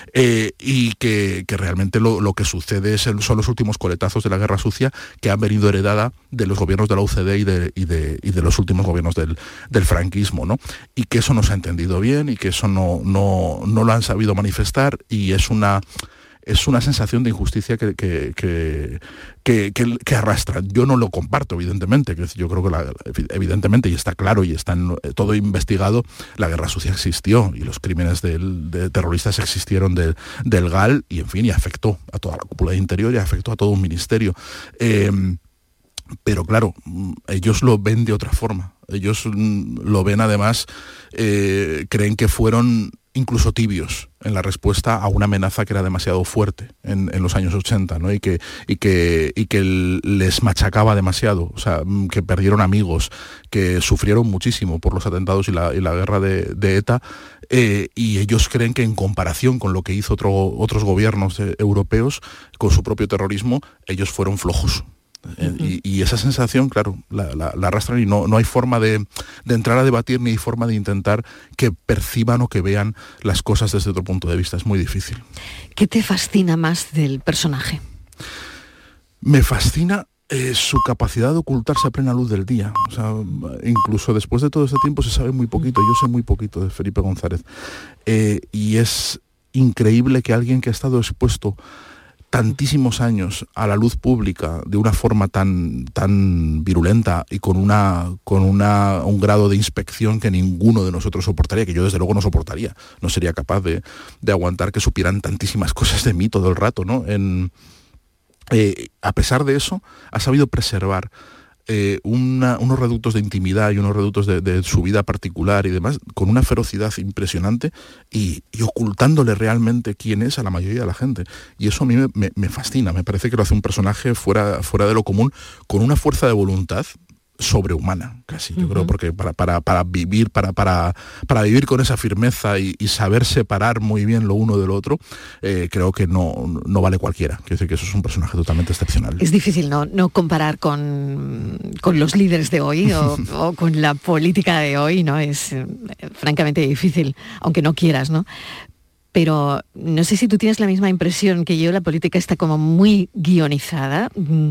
Y que realmente lo que sucede son los últimos coletazos de la guerra sucia que han venido heredada de los gobiernos de la UCD y de los últimos gobiernos del franquismo, ¿no? Y que eso no se ha entendido bien y que eso no lo han sabido manifestar, y es una sensación de injusticia que arrastra. Yo no lo comparto, evidentemente. Yo creo que evidentemente, y está claro y está todo investigado, la guerra sucia existió y los crímenes de terroristas existieron del GAL, y en fin, y afectó a toda la cúpula de interior y afectó a todo un ministerio. pero claro, ellos lo ven de otra forma. Ellos lo ven además, creen que fueron incluso tibios en la respuesta a una amenaza que era demasiado fuerte en los años 80, ¿no? y que les machacaba demasiado, o sea, que perdieron amigos, que sufrieron muchísimo por los atentados y la guerra de ETA, y ellos creen que en comparación con lo que hizo otros gobiernos europeos con su propio terrorismo, ellos fueron flojos. Y esa sensación, claro, la arrastran y no hay forma de entrar a debatir ni hay forma de intentar que perciban o que vean las cosas desde otro punto de vista. Es muy difícil. ¿Qué te fascina más del personaje? Me fascina su capacidad de ocultarse a plena luz del día. O sea, incluso después de todo este tiempo se sabe muy poquito. Yo sé muy poquito de Felipe González. Y es increíble que alguien que ha estado expuesto tantísimos años a la luz pública de una forma tan virulenta y con un grado de inspección que ninguno de nosotros soportaría, que yo desde luego no soportaría, no sería capaz de aguantar que supieran tantísimas cosas de mí todo el rato, ¿no? A pesar de eso, ha sabido preservar unos reductos de intimidad y unos reductos de su vida particular y demás, con una ferocidad impresionante y ocultándole realmente quién es a la mayoría de la gente. Y eso a mí me fascina, me parece que lo hace un personaje fuera de lo común, con una fuerza de voluntad sobrehumana, casi, yo creo, porque para vivir con esa firmeza y saber separar muy bien lo uno del otro, creo que no vale cualquiera. Quiero decir que eso es un personaje totalmente excepcional. Es difícil no comparar con los líderes de hoy o con la política de hoy, ¿no? Es francamente difícil, aunque no quieras, ¿no? Pero no sé si tú tienes la misma impresión que yo, la política está como muy guionizada,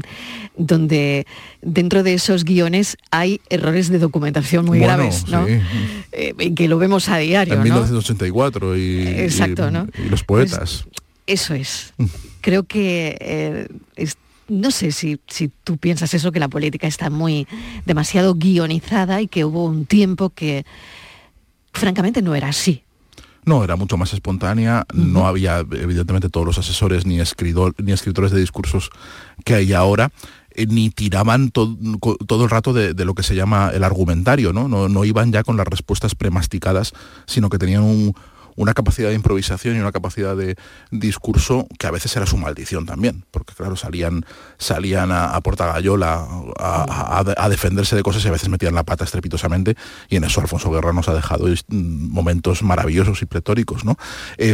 donde dentro de esos guiones hay errores de documentación muy graves, ¿no? Sí. Que lo vemos a diario, en 1984 Exacto, ¿no? Y los poetas. Pues eso es. Creo que no sé si tú piensas eso, que la política está demasiado guionizada y que hubo un tiempo que francamente no era así. No, era mucho más espontánea, no había evidentemente todos los asesores ni escritores de discursos que hay ahora, ni tiraban todo el rato de lo que se llama el argumentario, ¿no? No iban ya con las respuestas premasticadas, sino que tenían una capacidad de improvisación y una capacidad de discurso que a veces era su maldición también, porque claro, salían a Portagayola a defenderse de cosas y a veces metían la pata estrepitosamente, y en eso Alfonso Guerra nos ha dejado momentos maravillosos y pletóricos, ¿no?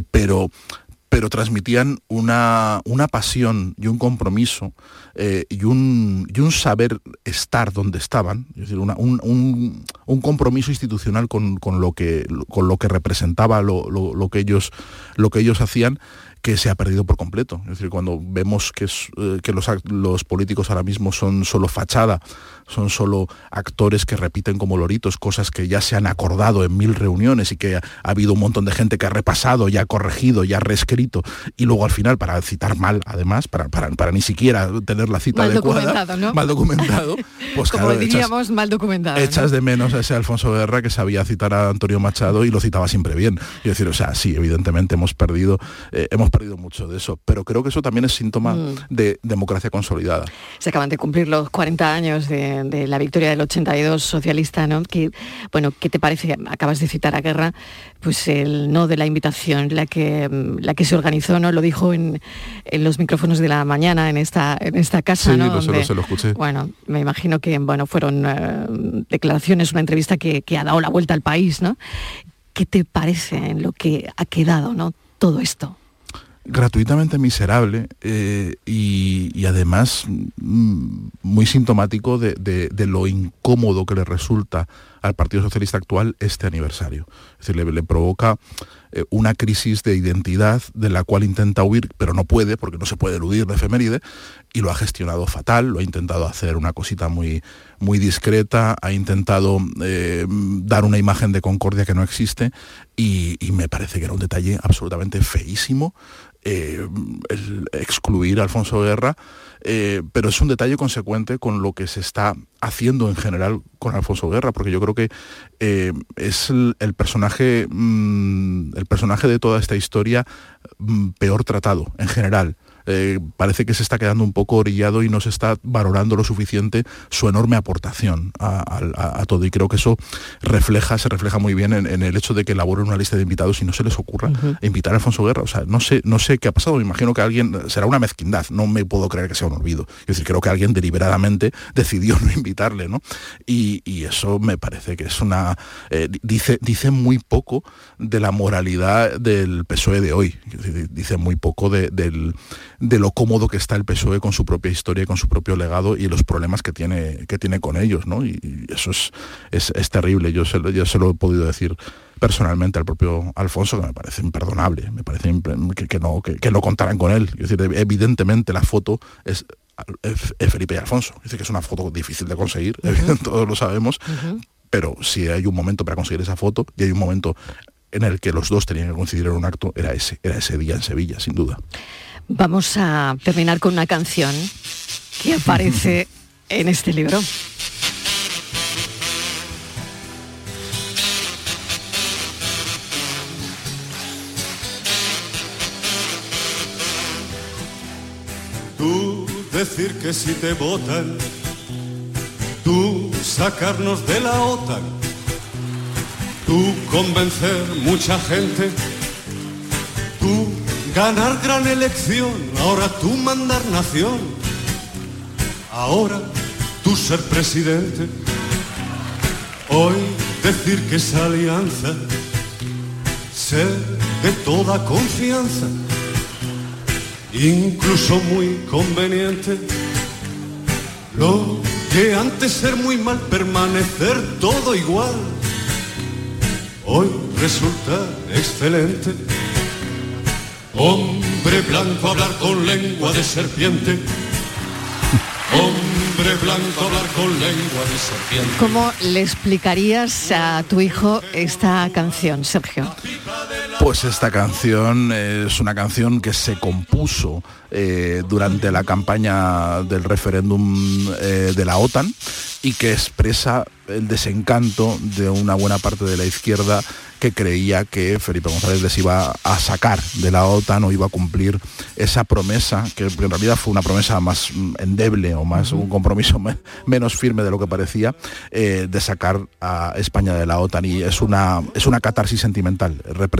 Pero transmitían una pasión y un compromiso y un saber estar donde estaban, es decir, un compromiso institucional con lo que representaba lo que ellos hacían, que se ha perdido por completo. Es decir, cuando vemos que los políticos ahora mismo son solo fachada, son solo actores que repiten como loritos cosas que ya se han acordado en 1000 reuniones y que ha habido un montón de gente que ha repasado, ya ha corregido, ya ha reescrito, y luego al final, para citar mal, además, para ni siquiera tener la cita adecuada, ¿no? Mal documentado, pues como claro, diríamos, mal documentado. Echas de menos a ese Alfonso Guerra que sabía citar a Antonio Machado y lo citaba siempre bien. Es decir, o sea, sí, evidentemente hemos perdido mucho de eso, pero creo que eso también es síntoma de democracia consolidada. Se acaban de cumplir los 40 años de la victoria del 82 socialista, ¿no? ¿Qué te parece? Acabas de citar a Guerra, pues el no de la invitación, la que se organizó, ¿no? Lo dijo en los micrófonos de la mañana en esta casa, sí, ¿no? Se lo escuché. Bueno, me imagino que fueron declaraciones, una entrevista que ha dado la vuelta al país, ¿no? ¿Qué te parece en lo que ha quedado, ¿no? Todo esto. Gratuitamente miserable y además muy sintomático de lo incómodo que le resulta al Partido Socialista actual este aniversario. Es decir, le provoca una crisis de identidad de la cual intenta huir, pero no puede, porque no se puede eludir la efeméride, y lo ha gestionado fatal, lo ha intentado hacer una cosita muy, muy discreta, ha intentado dar una imagen de concordia que no existe, y me parece que era un detalle absolutamente feísimo el excluir a Alfonso Guerra, pero es un detalle consecuente con lo que se está haciendo en general con Alfonso Guerra, porque yo creo que es el personaje de toda esta historia peor tratado en general. parece que se está quedando un poco orillado y no se está valorando lo suficiente su enorme aportación a todo, y creo que eso se refleja muy bien en el hecho de que elaboren una lista de invitados y no se les ocurra invitar a Alfonso Guerra. O sea, no sé qué ha pasado, me imagino que alguien, será una mezquindad, no me puedo creer que sea un olvido. Es decir, creo que alguien deliberadamente decidió no invitarle, ¿no? Y eso me parece que es una... dice muy poco de la moralidad del PSOE de hoy. Dice muy poco de lo cómodo que está el PSOE con su propia historia y con su propio legado y los problemas que tiene con ellos, ¿no? Y eso es terrible. Yo se lo he podido decir personalmente al propio Alfonso, que me parece imperdonable, me parece que no contaran con él. Es decir, evidentemente la foto es Felipe y Alfonso. Dice que es una foto difícil de conseguir, todos lo sabemos, pero si hay un momento para conseguir esa foto y hay un momento en el que los dos tenían que coincidir en un acto, era ese día en Sevilla, sin duda. Vamos a terminar con una canción que aparece en este libro. Tú decir que si te votan, tú sacarnos de la OTAN, tú convencer mucha gente, tú ganar gran elección, ahora tú mandar nación, ahora tú ser presidente, hoy decir que esa alianza ser de toda confianza, incluso muy conveniente, lo que antes ser muy mal permanecer todo igual, hoy resulta excelente. Hombre blanco hablar con lengua de serpiente, hombre blanco hablar con lengua de serpiente. ¿Cómo le explicarías a tu hijo esta canción, Sergio? Pues esta canción es una canción que se compuso durante la campaña del referéndum de la OTAN y que expresa el desencanto de una buena parte de la izquierda que creía que Felipe González les iba a sacar de la OTAN o iba a cumplir esa promesa, que en realidad fue una promesa más endeble o más un compromiso menos firme de lo que parecía, de sacar a España de la OTAN, y es una catarsis sentimental.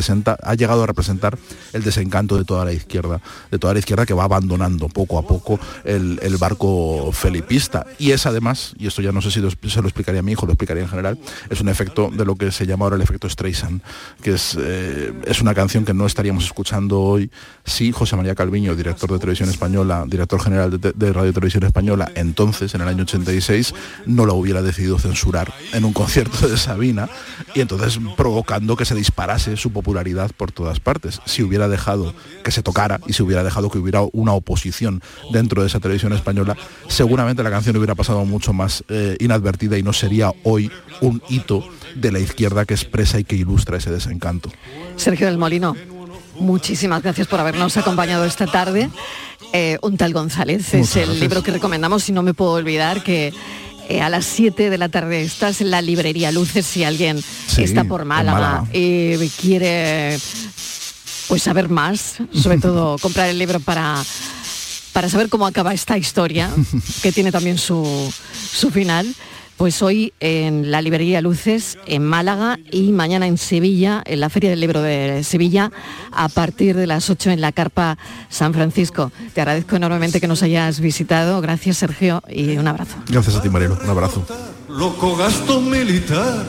Ha llegado a representar el desencanto de toda la izquierda que va abandonando poco a poco el barco felipista, y es además, y esto ya no sé si se lo explicaría a mi hijo, lo explicaría en general, es un efecto de lo que se llama ahora el efecto Streisand, que es una canción que no estaríamos escuchando hoy si José María Calviño, director de Televisión Española, director general de Radio Televisión Española, entonces en el año 86, no lo hubiera decidido censurar en un concierto de Sabina, y entonces provocando que se disparase su popularidad por todas partes. Si hubiera dejado que se tocara y si hubiera dejado que hubiera una oposición dentro de esa Televisión Española, seguramente la canción hubiera pasado mucho más inadvertida y no sería hoy un hito de la izquierda que expresa y que ilustra ese desencanto. Sergio del Molino, muchísimas gracias por habernos acompañado esta tarde. Un tal González es el libro que recomendamos, y no me puedo olvidar que a las 7 de la tarde estás en la librería Luces, si alguien está por Málaga y quiere pues saber más, sobre todo comprar el libro para saber cómo acaba esta historia, que tiene también su final. Pues hoy en la librería Luces en Málaga y mañana en Sevilla, en la Feria del Libro de Sevilla, a partir de las 8 en la Carpa San Francisco. Te agradezco enormemente que nos hayas visitado. Gracias, Sergio, y un abrazo. Gracias a ti, Marilo. Un abrazo. Loco gasto militar,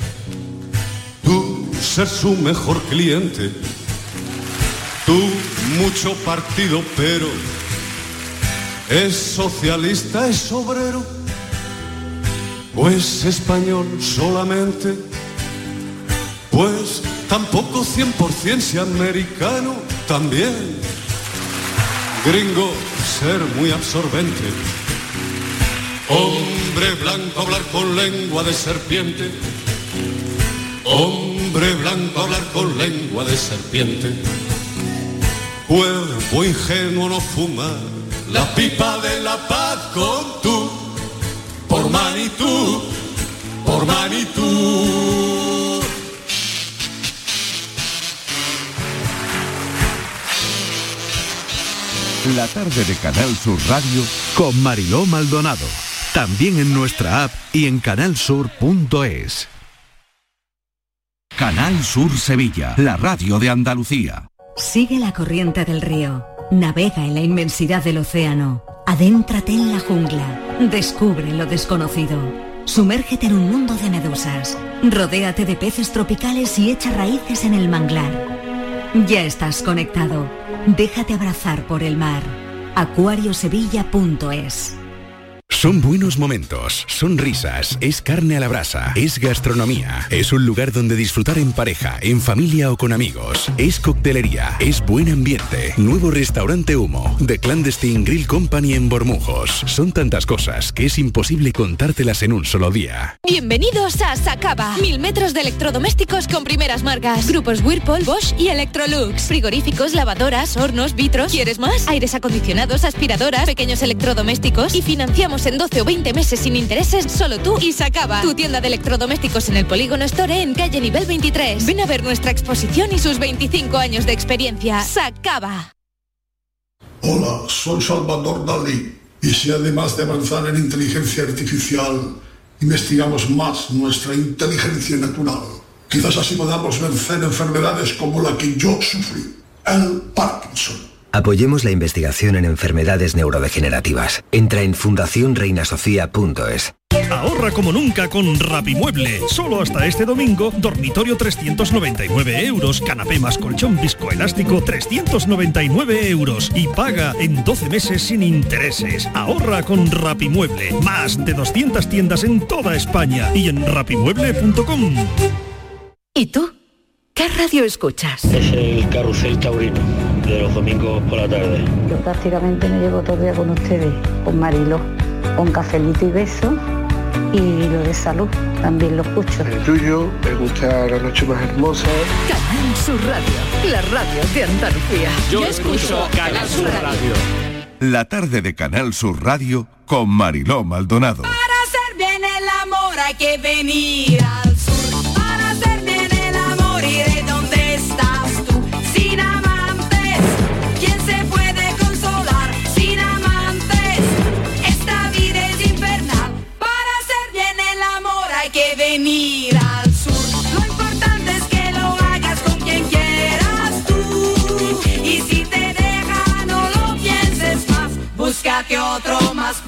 tú ser su mejor cliente, tú mucho partido, pero es socialista, es obrero. Pues español solamente, pues tampoco 100% si americano también. Gringo, ser muy absorbente. Hombre blanco, hablar con lengua de serpiente. Hombre blanco, hablar con lengua de serpiente. Cuerpo ingenuo, no fumar la pipa de la paz con tú. Por Manitú, por Manitú. La tarde de Canal Sur Radio con Mariló Maldonado. También en nuestra app y en canalsur.es. Canal Sur Sevilla, la radio de Andalucía. Sigue la corriente del río. Navega en la inmensidad del océano. Adéntrate en la jungla. Descubre lo desconocido. Sumérgete en un mundo de medusas. Rodéate de peces tropicales y echa raíces en el manglar. Ya estás conectado. Déjate abrazar por el mar. acuariosevilla.es. Son buenos momentos, son risas, es carne a la brasa, es gastronomía, es un lugar donde disfrutar en pareja, en familia o con amigos, es coctelería, es buen ambiente, nuevo restaurante Humo, The Clandestine Grill Company en Bormujos. Son tantas cosas que es imposible contártelas en un solo día. Bienvenidos a Sacaba. 1000 metros de electrodomésticos con primeras marcas. Grupos Whirlpool, Bosch y Electrolux. Frigoríficos, lavadoras, hornos, vitros. ¿Quieres más? Aires acondicionados, aspiradoras, pequeños electrodomésticos. Y financiamos en 12 o 20 meses sin intereses, solo tú y Sacaba. Tu tienda de electrodomésticos en el Polígono Store en calle Nivel 23. Ven a ver nuestra exposición y sus 25 años de experiencia. Sacaba. Hola, soy Salvador Dalí. Y si además de avanzar en inteligencia artificial, investigamos más nuestra inteligencia natural, quizás así podamos vencer enfermedades como la que yo sufrí, el Parkinson. Apoyemos la investigación en enfermedades neurodegenerativas. Entra en fundacionreinasofía.es. Ahorra como nunca con Rapimueble. Solo hasta este domingo, dormitorio 399 euros, canapé más colchón viscoelástico 399 euros y paga en 12 meses sin intereses. Ahorra con Rapimueble. Más de 200 tiendas en toda España y en rapimueble.com. ¿Y tú? ¿Qué radio escuchas? Es el Carrusel Taurino, de los domingos por la tarde. Yo prácticamente me llevo todo el día con ustedes, con Mariló, con cafelito y beso, y lo de salud también lo escucho. El tuyo, me gusta La Noche Más Hermosa. Canal Sur Radio, la radio de Andalucía. Yo escucho Canal Sur Radio. La tarde de Canal Sur Radio con Mariló Maldonado. Para hacer bien el amor hay que venir al sur. Para hacer bien el amor iré donde estás tú. Sin amantes, ¿quién se puede consolar? Sin amantes, esta vida es infernal. Para hacer bien el amor hay que venir al sur. Lo importante es que lo hagas con quien quieras tú. Y si te deja no lo pienses más. Búscate otro más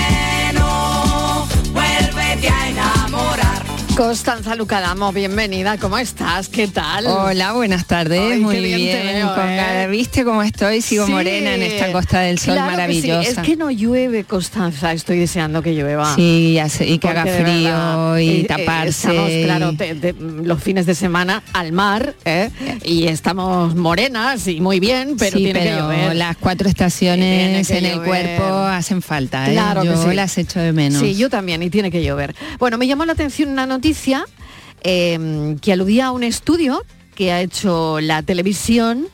bueno. Vuélvete a enamorar. Constanza Lucadamo, bienvenida, ¿cómo estás? ¿Qué tal? Hola, buenas tardes. Ay, muy qué bien te veo, ¿Viste cómo estoy? Sigo Sí. morena en esta Costa del Sol, Claro que maravillosa. sí. Es que no llueve, Constanza, estoy deseando que llueva. Sí, y que haga Porque de frío verdad, y taparse. Estamos, claro, los fines de semana al mar, y estamos morenas y muy bien, pero Sí, tiene que llover. las 4 estaciones Tiene en que el llover. cuerpo hacen falta. Claro Yo que sí. las echo de menos. Sí, yo también, y tiene que llover. Bueno, me llamó la atención una noticia que aludía a un estudio que ha hecho la televisión,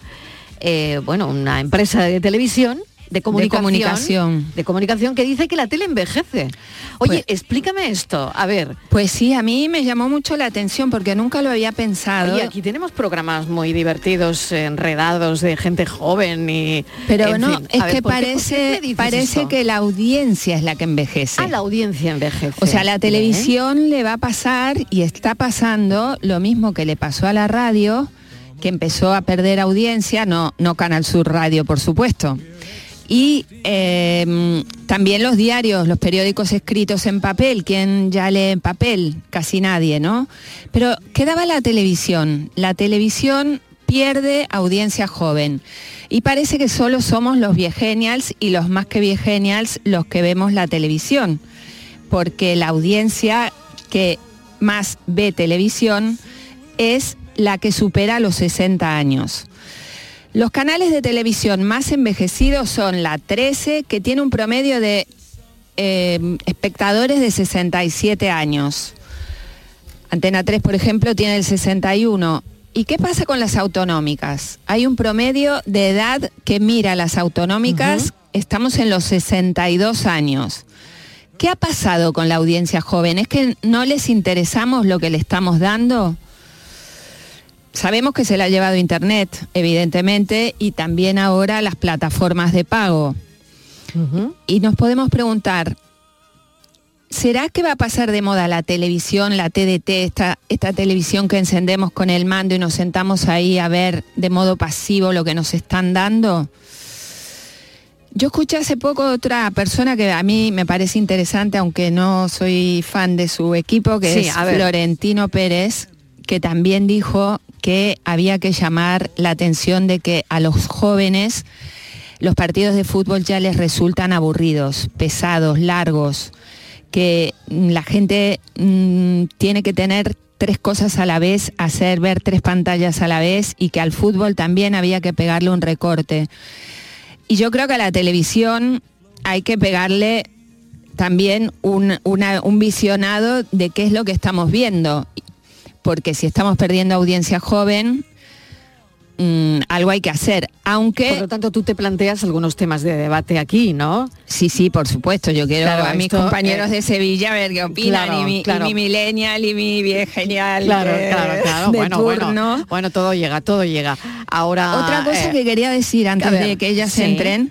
una empresa de televisión, de comunicación, que dice que la tele envejece. Oye, explícame esto, a ver. Pues sí, a mí me llamó mucho la atención porque nunca lo había pensado. Oye, aquí tenemos programas muy divertidos, enredados, de gente joven y... Pero en no, fin, es a ver, que ¿por qué me dices parece esto? que la audiencia es la que envejece. Ah, la audiencia envejece. O sea, la televisión le va a pasar y está pasando lo mismo que le pasó a la radio, que empezó a perder audiencia, no Canal Sur Radio, por supuesto. Y también los diarios, los periódicos escritos en papel. ¿Quién ya lee en papel? Casi nadie, ¿no? Pero quedaba la televisión. La televisión pierde audiencia joven. Y parece que solo somos los viegenials y los más que viegenials los que vemos la televisión. Porque la audiencia que más ve televisión es la que supera los 60 años. Los canales de televisión más envejecidos son la 13, que tiene un promedio de espectadores de 67 años. Antena 3, por ejemplo, tiene el 61. ¿Y qué pasa con las autonómicas? Hay un promedio de edad que mira las autonómicas, estamos en los 62 años. ¿Qué ha pasado con la audiencia joven? ¿Es que no les interesamos lo que le estamos dando? sabemos que se la ha llevado Internet, evidentemente, y también ahora las plataformas de pago. Y nos podemos preguntar, ¿será que va a pasar de moda la televisión, la TDT, esta televisión que encendemos con el mando y nos sentamos ahí a ver de modo pasivo lo que nos están dando? Yo escuché hace poco otra persona que a mí me parece interesante, aunque no soy fan de su equipo, que es Florentino Pérez, que también dijo que había que llamar la atención de que a los jóvenes los partidos de fútbol ya les resultan aburridos, pesados, largos, que la gente tiene que tener 3 cosas a la vez, ver 3 pantallas a la vez, y que al fútbol también había que pegarle un recorte. Y yo creo que a la televisión hay que pegarle también un visionado de qué es lo que estamos viendo, porque si estamos perdiendo audiencia joven, algo hay que hacer, aunque... Por lo tanto, tú te planteas algunos temas de debate aquí, ¿no? Sí, por supuesto. Yo quiero a mis compañeros de Sevilla a ver qué opinan, y mi millennial y mi viegenial de turno. Bueno, todo llega. Ahora... Otra cosa que quería decir antes de que ellas entren...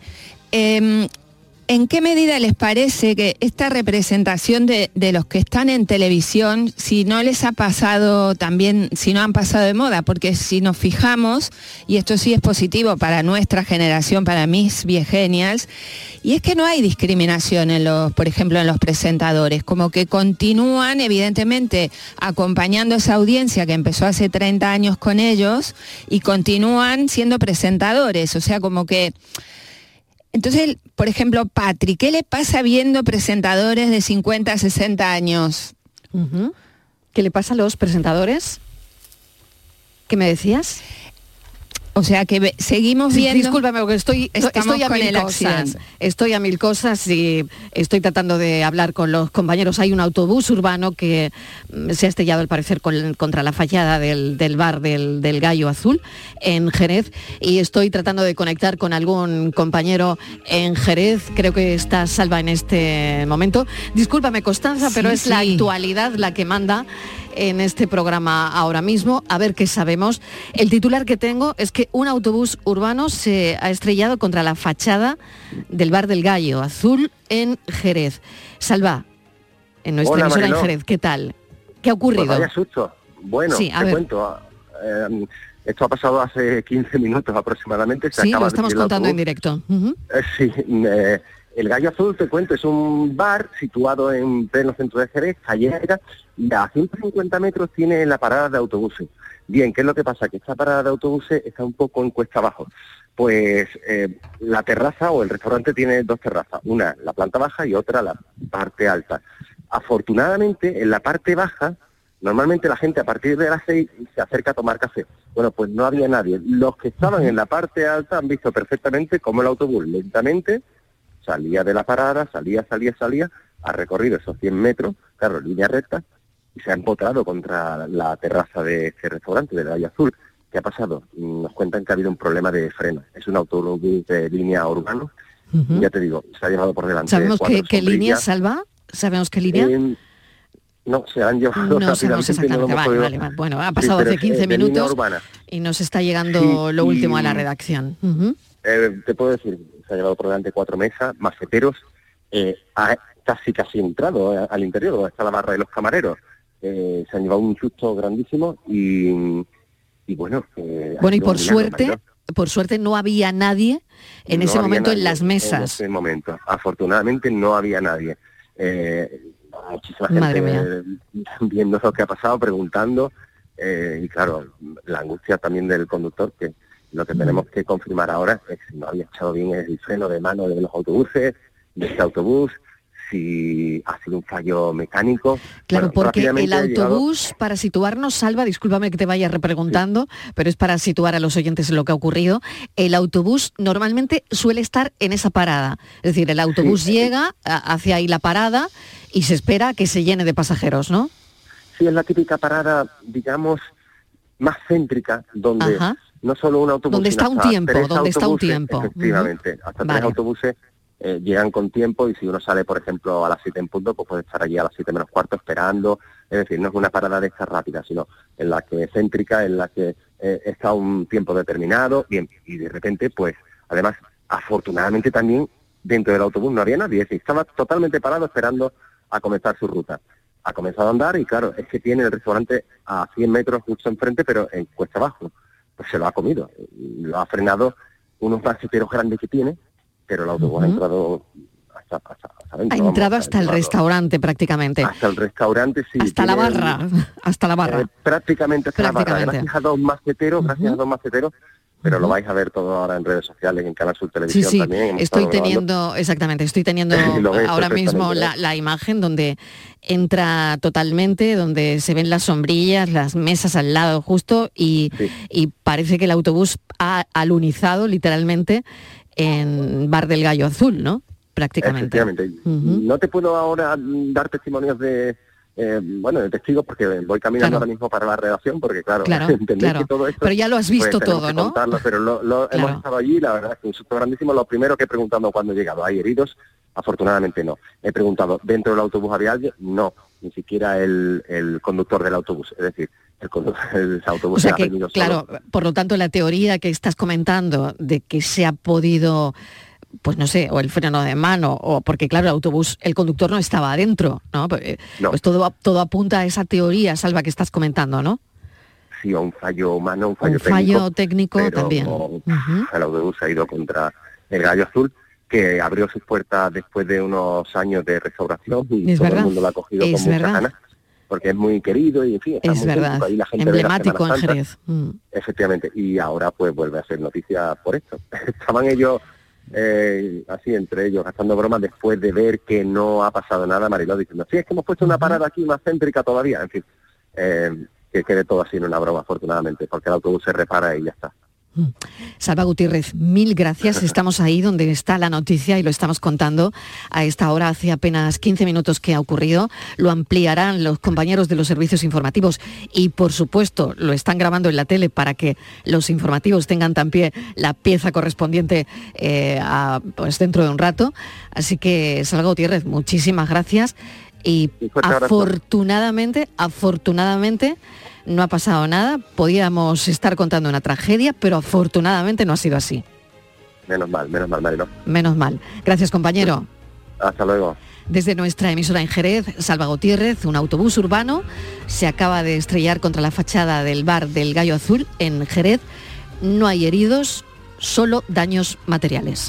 ¿En qué medida les parece que esta representación de los que están en televisión, si no les ha pasado también, si no han pasado de moda? Porque si nos fijamos, y esto sí es positivo para nuestra generación, para mis viegenials, y es que no hay discriminación por ejemplo, en los presentadores, como que continúan evidentemente acompañando a esa audiencia que empezó hace 30 años con ellos, y continúan siendo presentadores, o sea, como que... Entonces, por ejemplo, Patri, ¿qué le pasa viendo presentadores de 50, 60 años? ¿Qué le pasa a los presentadores? ¿Qué me decías? O sea, que seguimos viendo... Discúlpame, porque estoy a mil cosas. Estoy a mil cosas y estoy tratando de hablar con los compañeros. Hay un autobús urbano que se ha estrellado, al parecer, contra la fachada del bar del Gallo Azul en Jerez, y estoy tratando de conectar con algún compañero en Jerez. Creo que está Salva en este momento. Discúlpame, Constanza, pero es la actualidad la que manda en este programa ahora mismo. A ver qué sabemos. El titular que tengo es que un autobús urbano se ha estrellado contra la fachada del bar del Gallo Azul en Jerez. Salva, en nuestra emisora en Jerez, ¿qué tal? ¿Qué ha ocurrido? Pues vaya susto. Bueno, te cuento. Esto ha pasado hace 15 minutos aproximadamente. Lo estamos contando en directo. El Gallo Azul, te cuento, es un bar situado en pleno centro de Jerez, Calleja, y a 150 metros tiene la parada de autobuses. Bien, ¿qué es lo que pasa? Que esta parada de autobuses está un poco en cuesta abajo. Pues la terraza o el restaurante tiene 2 terrazas, una la planta baja y otra la parte alta. Afortunadamente, en la parte baja, normalmente la gente a partir de las 6 se acerca a tomar café. Bueno, pues no había nadie. Los que estaban en la parte alta han visto perfectamente cómo el autobús lentamente salía de la parada, salía, ha recorrido esos 100 metros, claro, línea recta, y se ha empotrado contra la terraza de este restaurante, del Gallo Azul. ¿Qué ha pasado? Nos cuentan que ha habido un problema de freno. Es un autobús de línea urbano, y ya te digo, se ha llevado por delante. ¿Sabemos qué línea, Salva? ¿Sabemos qué línea? No, se han llevado no sabemos exactamente, vale. Bueno, ha pasado hace 15 minutos y nos está llegando lo último a la redacción. Te puedo decir, se ha llevado por delante 4 mesas, maceteros, ha casi entrado al interior, donde está la barra de los camareros. Se han llevado un susto grandísimo y bueno... y por suerte no había nadie en ese momento en las mesas. En ese momento, afortunadamente no había nadie. Muchísima gente viendo lo que ha pasado, preguntando, y claro, la angustia también del conductor, que lo que tenemos que confirmar ahora es si no había echado bien el freno de mano de los autobuses, de este autobús, si ha sido un fallo mecánico. Claro, porque el autobús, para situarnos, Salva, discúlpame que te vaya repreguntando, pero es para situar a los oyentes en lo que ha ocurrido. El autobús normalmente suele estar en esa parada, es decir, el autobús llega hacia ahí la parada y se espera que se llene de pasajeros, ¿no? Sí, es la típica parada, digamos, más céntrica, donde no solo un autobús, donde está un tiempo, Efectivamente, hasta 3 autobuses llegan con tiempo, y si uno sale, por ejemplo, a las 7 en punto, pues puede estar allí a las 7 menos cuarto esperando. Es decir, no es una parada de estas rápidas, sino en la que céntrica, en la que está un tiempo determinado, bien, y de repente, pues, además, afortunadamente también, dentro del autobús no había nadie, es decir, estaba totalmente parado esperando a comenzar su ruta. Ha comenzado a andar y, claro, es que tiene el restaurante a 100 metros justo enfrente, pero en cuesta abajo. Pues se lo ha comido, lo ha frenado unos maceteros grandes que tiene, pero el autobús ha entrado hasta adentro. Ha entrado hasta el restaurante prácticamente. Hasta el restaurante, sí. Hasta la barra, hasta la barra. Prácticamente hasta la barra. Gracias a dos maceteros, pero lo vais a ver todo ahora en redes sociales, en Canal Sur Televisión sí. también. Estoy teniendo ahora mismo la imagen donde entra totalmente, donde se ven las sombrillas, las mesas al lado justo, y parece que el autobús ha alunizado literalmente en Bar del Gallo Azul, ¿no? Prácticamente. Efectivamente. No te puedo ahora dar testimonios de testigos, porque voy caminando ahora mismo para la redacción, porque claro. Que todo esto, pero ya lo has visto todo, ¿no? Contarlo, pero hemos estado allí, la verdad es que un susto grandísimo. Lo primero que he preguntado cuando he llegado, ¿hay heridos? Afortunadamente no. He preguntado, ¿dentro del autobús había alguien? No, ni siquiera el conductor del autobús, es decir, el autobús. O sea que, claro, por lo tanto, la teoría que estás comentando de que se ha podido, pues no sé, o el freno de mano, o porque claro, el autobús, el conductor no estaba adentro, ¿no? Pues todo apunta a esa teoría, Salva, que estás comentando, ¿no? Sí, a un fallo humano, un fallo técnico pero también. El autobús ha ido contra el Gallo Azul, que abrió sus puertas después de unos años de restauración, y todo el mundo lo ha cogido con muchas ganas, porque es muy querido y en fin, está muy verdad. Ahí la gente emblemático en Jerez. Efectivamente, y ahora pues vuelve a ser noticia por esto. Estaban ellos así entre ellos gastando bromas después de ver que no ha pasado nada. Mariló diciendo, sí, es que hemos puesto una parada aquí más céntrica todavía, en fin, que quede todo así en una broma, afortunadamente, porque el autobús se repara y ya está. Salva Gutiérrez, mil gracias. Estamos ahí donde está la noticia y lo estamos contando a esta hora. Hace apenas 15 minutos que ha ocurrido. Lo ampliarán los compañeros de los servicios informativos y, por supuesto, lo están grabando en la tele para que los informativos tengan también la pieza correspondiente pues dentro de un rato. Así que, Salva Gutiérrez, muchísimas gracias. Y afortunadamente, no ha pasado nada. Podíamos estar contando una tragedia, pero afortunadamente no ha sido así. Menos mal, Mariló. Menos mal. Gracias, compañero. Hasta luego. Desde nuestra emisora en Jerez, Salva Gutiérrez, un autobús urbano se acaba de estrellar contra la fachada del Bar del Gallo Azul en Jerez. No hay heridos, solo daños materiales.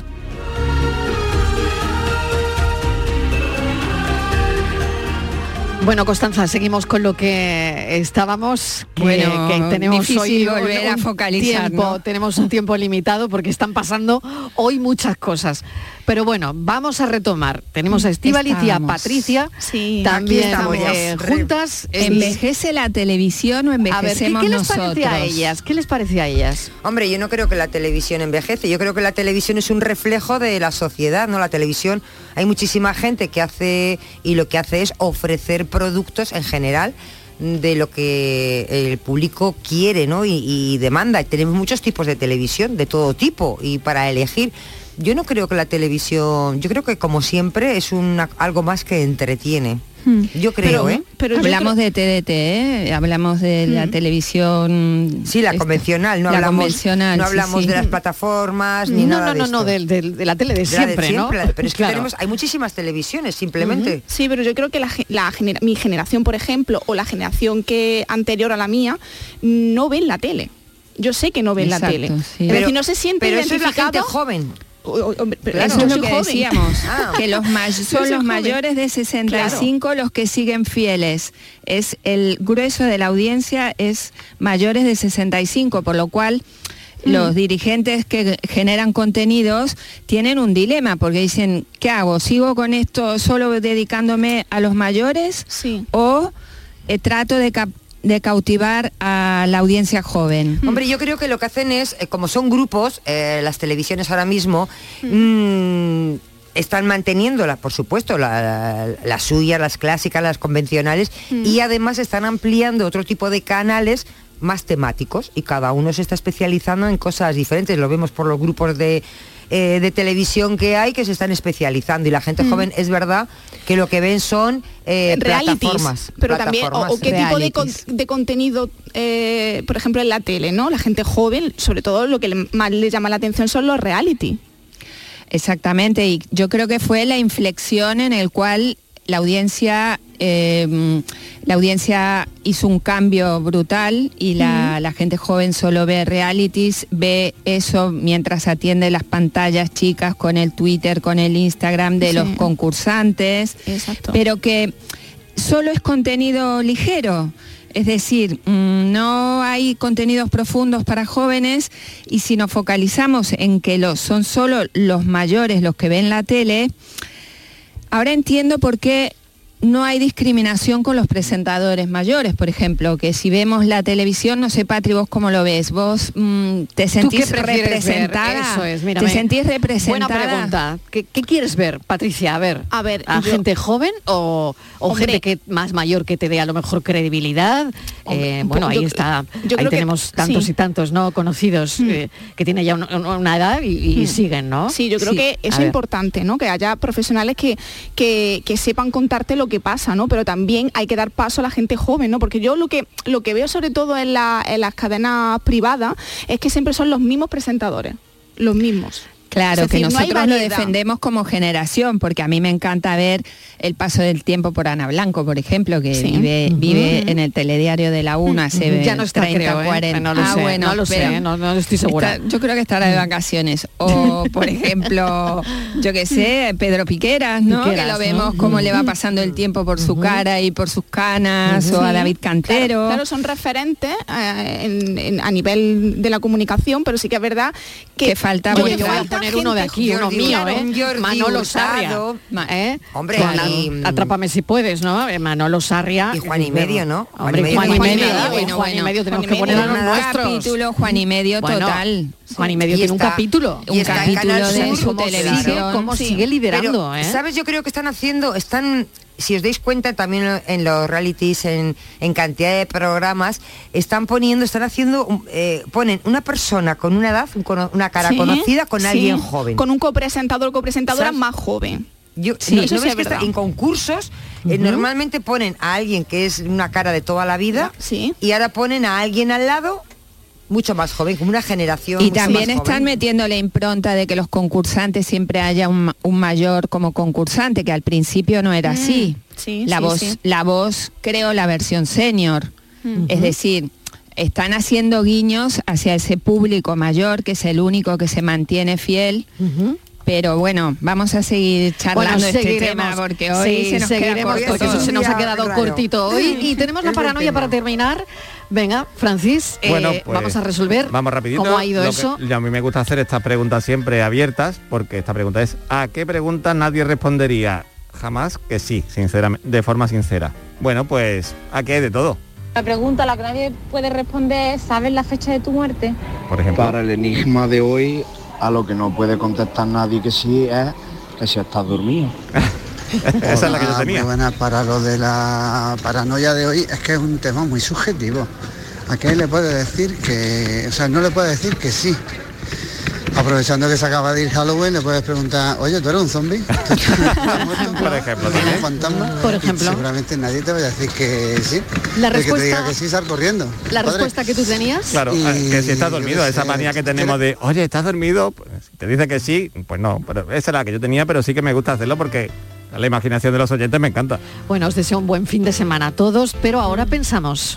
Bueno, Constanza, seguimos con lo que estábamos, que tenemos hoy volver a focalizar, ¿no? Tenemos un tiempo limitado porque están pasando hoy muchas cosas. Pero bueno, vamos a retomar. Tenemos a Estíbaliz y a Patricia, también juntas. ¿Envejece la televisión o envejecemos nosotros? A ver, ¿qué les parece a ellas? Hombre, yo no creo que la televisión envejece. Yo creo que la televisión es un reflejo de la sociedad, ¿no? La televisión, hay muchísima gente que hace, y lo que hace es ofrecer productos en general de lo que el público quiere, ¿no? y demanda. Y tenemos muchos tipos de televisión, de todo tipo, y para elegir. Yo no creo que la televisión, yo creo que como siempre es algo más que entretiene. Yo creo, pero hablamos de TDT, hablamos de la televisión. Sí, la convencional, no hablamos de las plataformas ni nada de esto. No, de la tele de siempre, ¿no? Pero es que hay muchísimas televisiones, simplemente. Sí, pero yo creo que mi generación, por ejemplo, o la generación que anterior a la mía, no ven la tele. Yo sé que no ven la tele. Sí. Pero no se siente identificado. Eso es la gente joven. Eso es lo que decíamos, que son los mayores de 65 los que siguen fieles. Es el grueso de la audiencia es mayores de 65, por lo cual los dirigentes que generan contenidos tienen un dilema, porque dicen, ¿qué hago? ¿Sigo con esto solo dedicándome a los mayores? ¿O trato de cautivar a la audiencia joven? Hombre, yo creo que lo que hacen es, como son grupos, las televisiones ahora mismo están manteniéndola, por supuesto, las suyas, las clásicas, las convencionales, y además están ampliando otro tipo de canales más temáticos, y cada uno se está especializando en cosas diferentes. Lo vemos por los grupos de de televisión que hay que se están especializando, y la gente joven es verdad que lo que ven son plataformas. Pero también, o qué tipo de contenido, por ejemplo, en la tele, ¿no? La gente joven, sobre todo lo que más le llama la atención son los reality. Exactamente, y yo creo que fue la inflexión en el cual la audiencia hizo un cambio brutal y la gente joven solo ve realities, ve eso mientras atiende las pantallas chicas con el Twitter, con el Instagram de los concursantes. Exacto. Pero que solo es contenido ligero. Es decir, no hay contenidos profundos para jóvenes, y si nos focalizamos en que son solo los mayores los que ven la tele, ahora entiendo por qué no hay discriminación con los presentadores mayores, por ejemplo, que si vemos la televisión, no sé, Patri, ¿vos cómo lo ves? ¿Vos te sentís representada? Eso es, mírame. ¿Te sentís representada? Buena pregunta. ¿Qué quieres ver, Patricia? A ver, gente joven o gente que más mayor que te dé a lo mejor credibilidad. Bueno, ahí está. Ahí tenemos tantos y tantos, ¿no? Conocidos que tienen ya una edad y siguen, ¿no? Sí, yo creo que eso es importante, ¿no? Que haya profesionales que sepan contarte lo que pasa, ¿no? Pero también hay que dar paso a la gente joven, ¿no? Porque yo lo que veo sobre todo en las cadenas privadas es que siempre son los mismos presentadores, los mismos. Claro, es decir, que nosotros lo defendemos como generación, porque a mí me encanta ver el paso del tiempo por Ana Blanco, por ejemplo, que vive en el telediario de la 1 hace ya no está, 30, creo, 40. No lo sé, bueno, no lo sé, no estoy segura. Yo creo que estará de vacaciones. O, por ejemplo, yo qué sé, Pedro Piqueras, ¿no? Que lo vemos cómo le va pasando el tiempo por su cara y por sus canas, o a David Cantero. Claro, son referentes a nivel de la comunicación, pero sí que es verdad que falta uno de aquí, uno mío, Manolo Sarria, hombre, Atrápame si puedes, ¿no? Manolo Sarria y Juan y Medio, ¿no? Juan y Medio tenemos que poner a los nuestros. Capítulo Juan y Medio total. Juan y Medio tiene un capítulo de su televisión. Cómo sigue liderando, pero, ¿sabes? Yo creo que si os dais cuenta también en los realities, en cantidad de programas, ponen una persona con una edad, una cara conocida con alguien joven. Con un copresentador o copresentadora más joven. En concursos normalmente ponen a alguien que es una cara de toda la vida y ahora ponen a alguien al lado mucho más joven, como una generación. Y también están metiendo la impronta de que los concursantes siempre haya un mayor como concursante, que al principio no era así. La voz creó la versión senior. Es decir, están haciendo guiños hacia ese público mayor, que es el único que se mantiene fiel. Pero bueno, vamos a seguir charlando de este tema, porque hoy se nos queda corto, porque eso se nos ha quedado cortito hoy. Y tenemos la paranoia para terminar. Venga, Francis, vamos a resolver. Vamos rapidito. ¿Cómo ha ido eso? A mí me gusta hacer estas preguntas siempre abiertas, porque esta pregunta es: ¿a qué pregunta nadie respondería jamás que sí, sinceramente, de forma sincera? Bueno, pues aquí hay de todo. La pregunta a la que nadie puede responder es: ¿sabes la fecha de tu muerte? Por ejemplo. Para el enigma de hoy, a lo que no puede contestar nadie que sí es que si estás dormido. Esa es la que yo tenía. Muy buena. Para lo de la paranoia de hoy, es que es un tema muy subjetivo. ¿A qué le puede decir que...? O sea, no le puede decir que sí. Aprovechando que se acaba de ir Halloween, le puedes preguntar: oye, ¿tú eres un zombie? Por ejemplo, ¿un fantasma? Por ejemplo. Seguramente nadie te va a decir que sí. La respuesta, el que te diga que sí, sal corriendo. La respuesta que tú tenías. Claro, que si estás dormido, esa manía que tenemos de: oye, ¿estás dormido? Pues, si te dice que sí, pues no. Pero esa es la que yo tenía, pero sí que me gusta hacerlo porque la imaginación de los oyentes me encanta. Bueno, os deseo un buen fin de semana a todos, pero ahora pensamos.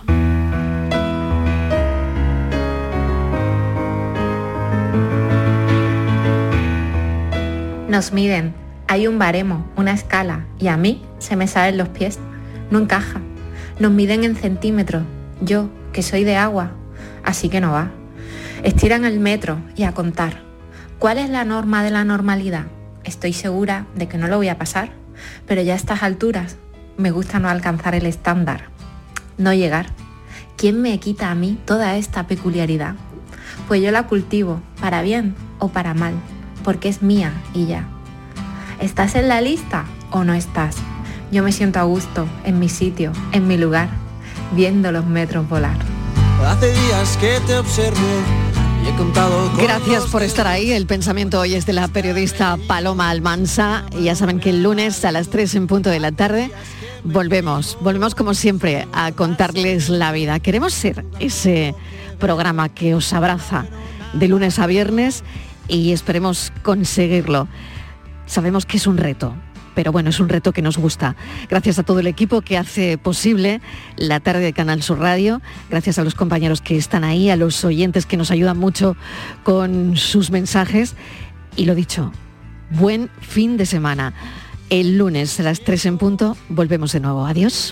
Nos miden, hay un baremo, una escala, y a mí se me salen los pies. No encaja. Nos miden en centímetros. Yo, que soy de agua, así que no va. Estiran el metro y a contar. ¿Cuál es la norma de la normalidad? Estoy segura de que no lo voy a pasar, pero ya a estas alturas me gusta no alcanzar el estándar. No llegar. ¿Quién me quita a mí toda esta peculiaridad? Pues yo la cultivo, para bien o para mal, porque es mía y ya. ¿Estás en la lista o no estás? Yo me siento a gusto, en mi sitio, en mi lugar, viendo los metros volar. Hace días que te observo Gracias por estar ahí. El pensamiento hoy es de la periodista Paloma Almansa. Y ya saben que el lunes a las 3 en punto de la tarde volvemos como siempre a contarles la vida. Queremos ser ese programa que os abraza de lunes a viernes y esperemos conseguirlo. Sabemos que es un reto, pero bueno, es un reto que nos gusta. Gracias a todo el equipo que hace posible la tarde de Canal Sur Radio, gracias a los compañeros que están ahí, a los oyentes que nos ayudan mucho con sus mensajes. Y lo dicho, buen fin de semana. El lunes a las 3 en punto volvemos de nuevo. Adiós.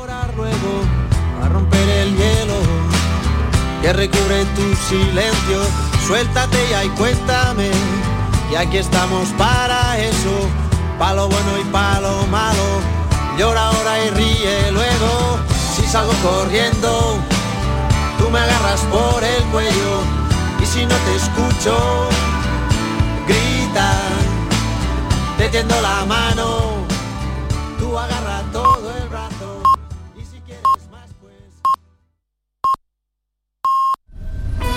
A romper el hielo que recubre tu silencio, suéltate ya y cuéntame, y aquí estamos para eso. Pa' lo bueno y pa' lo malo, llora ahora y ríe luego. Si salgo corriendo, tú me agarras por el cuello, y si no te escucho, grita, te tiendo la mano.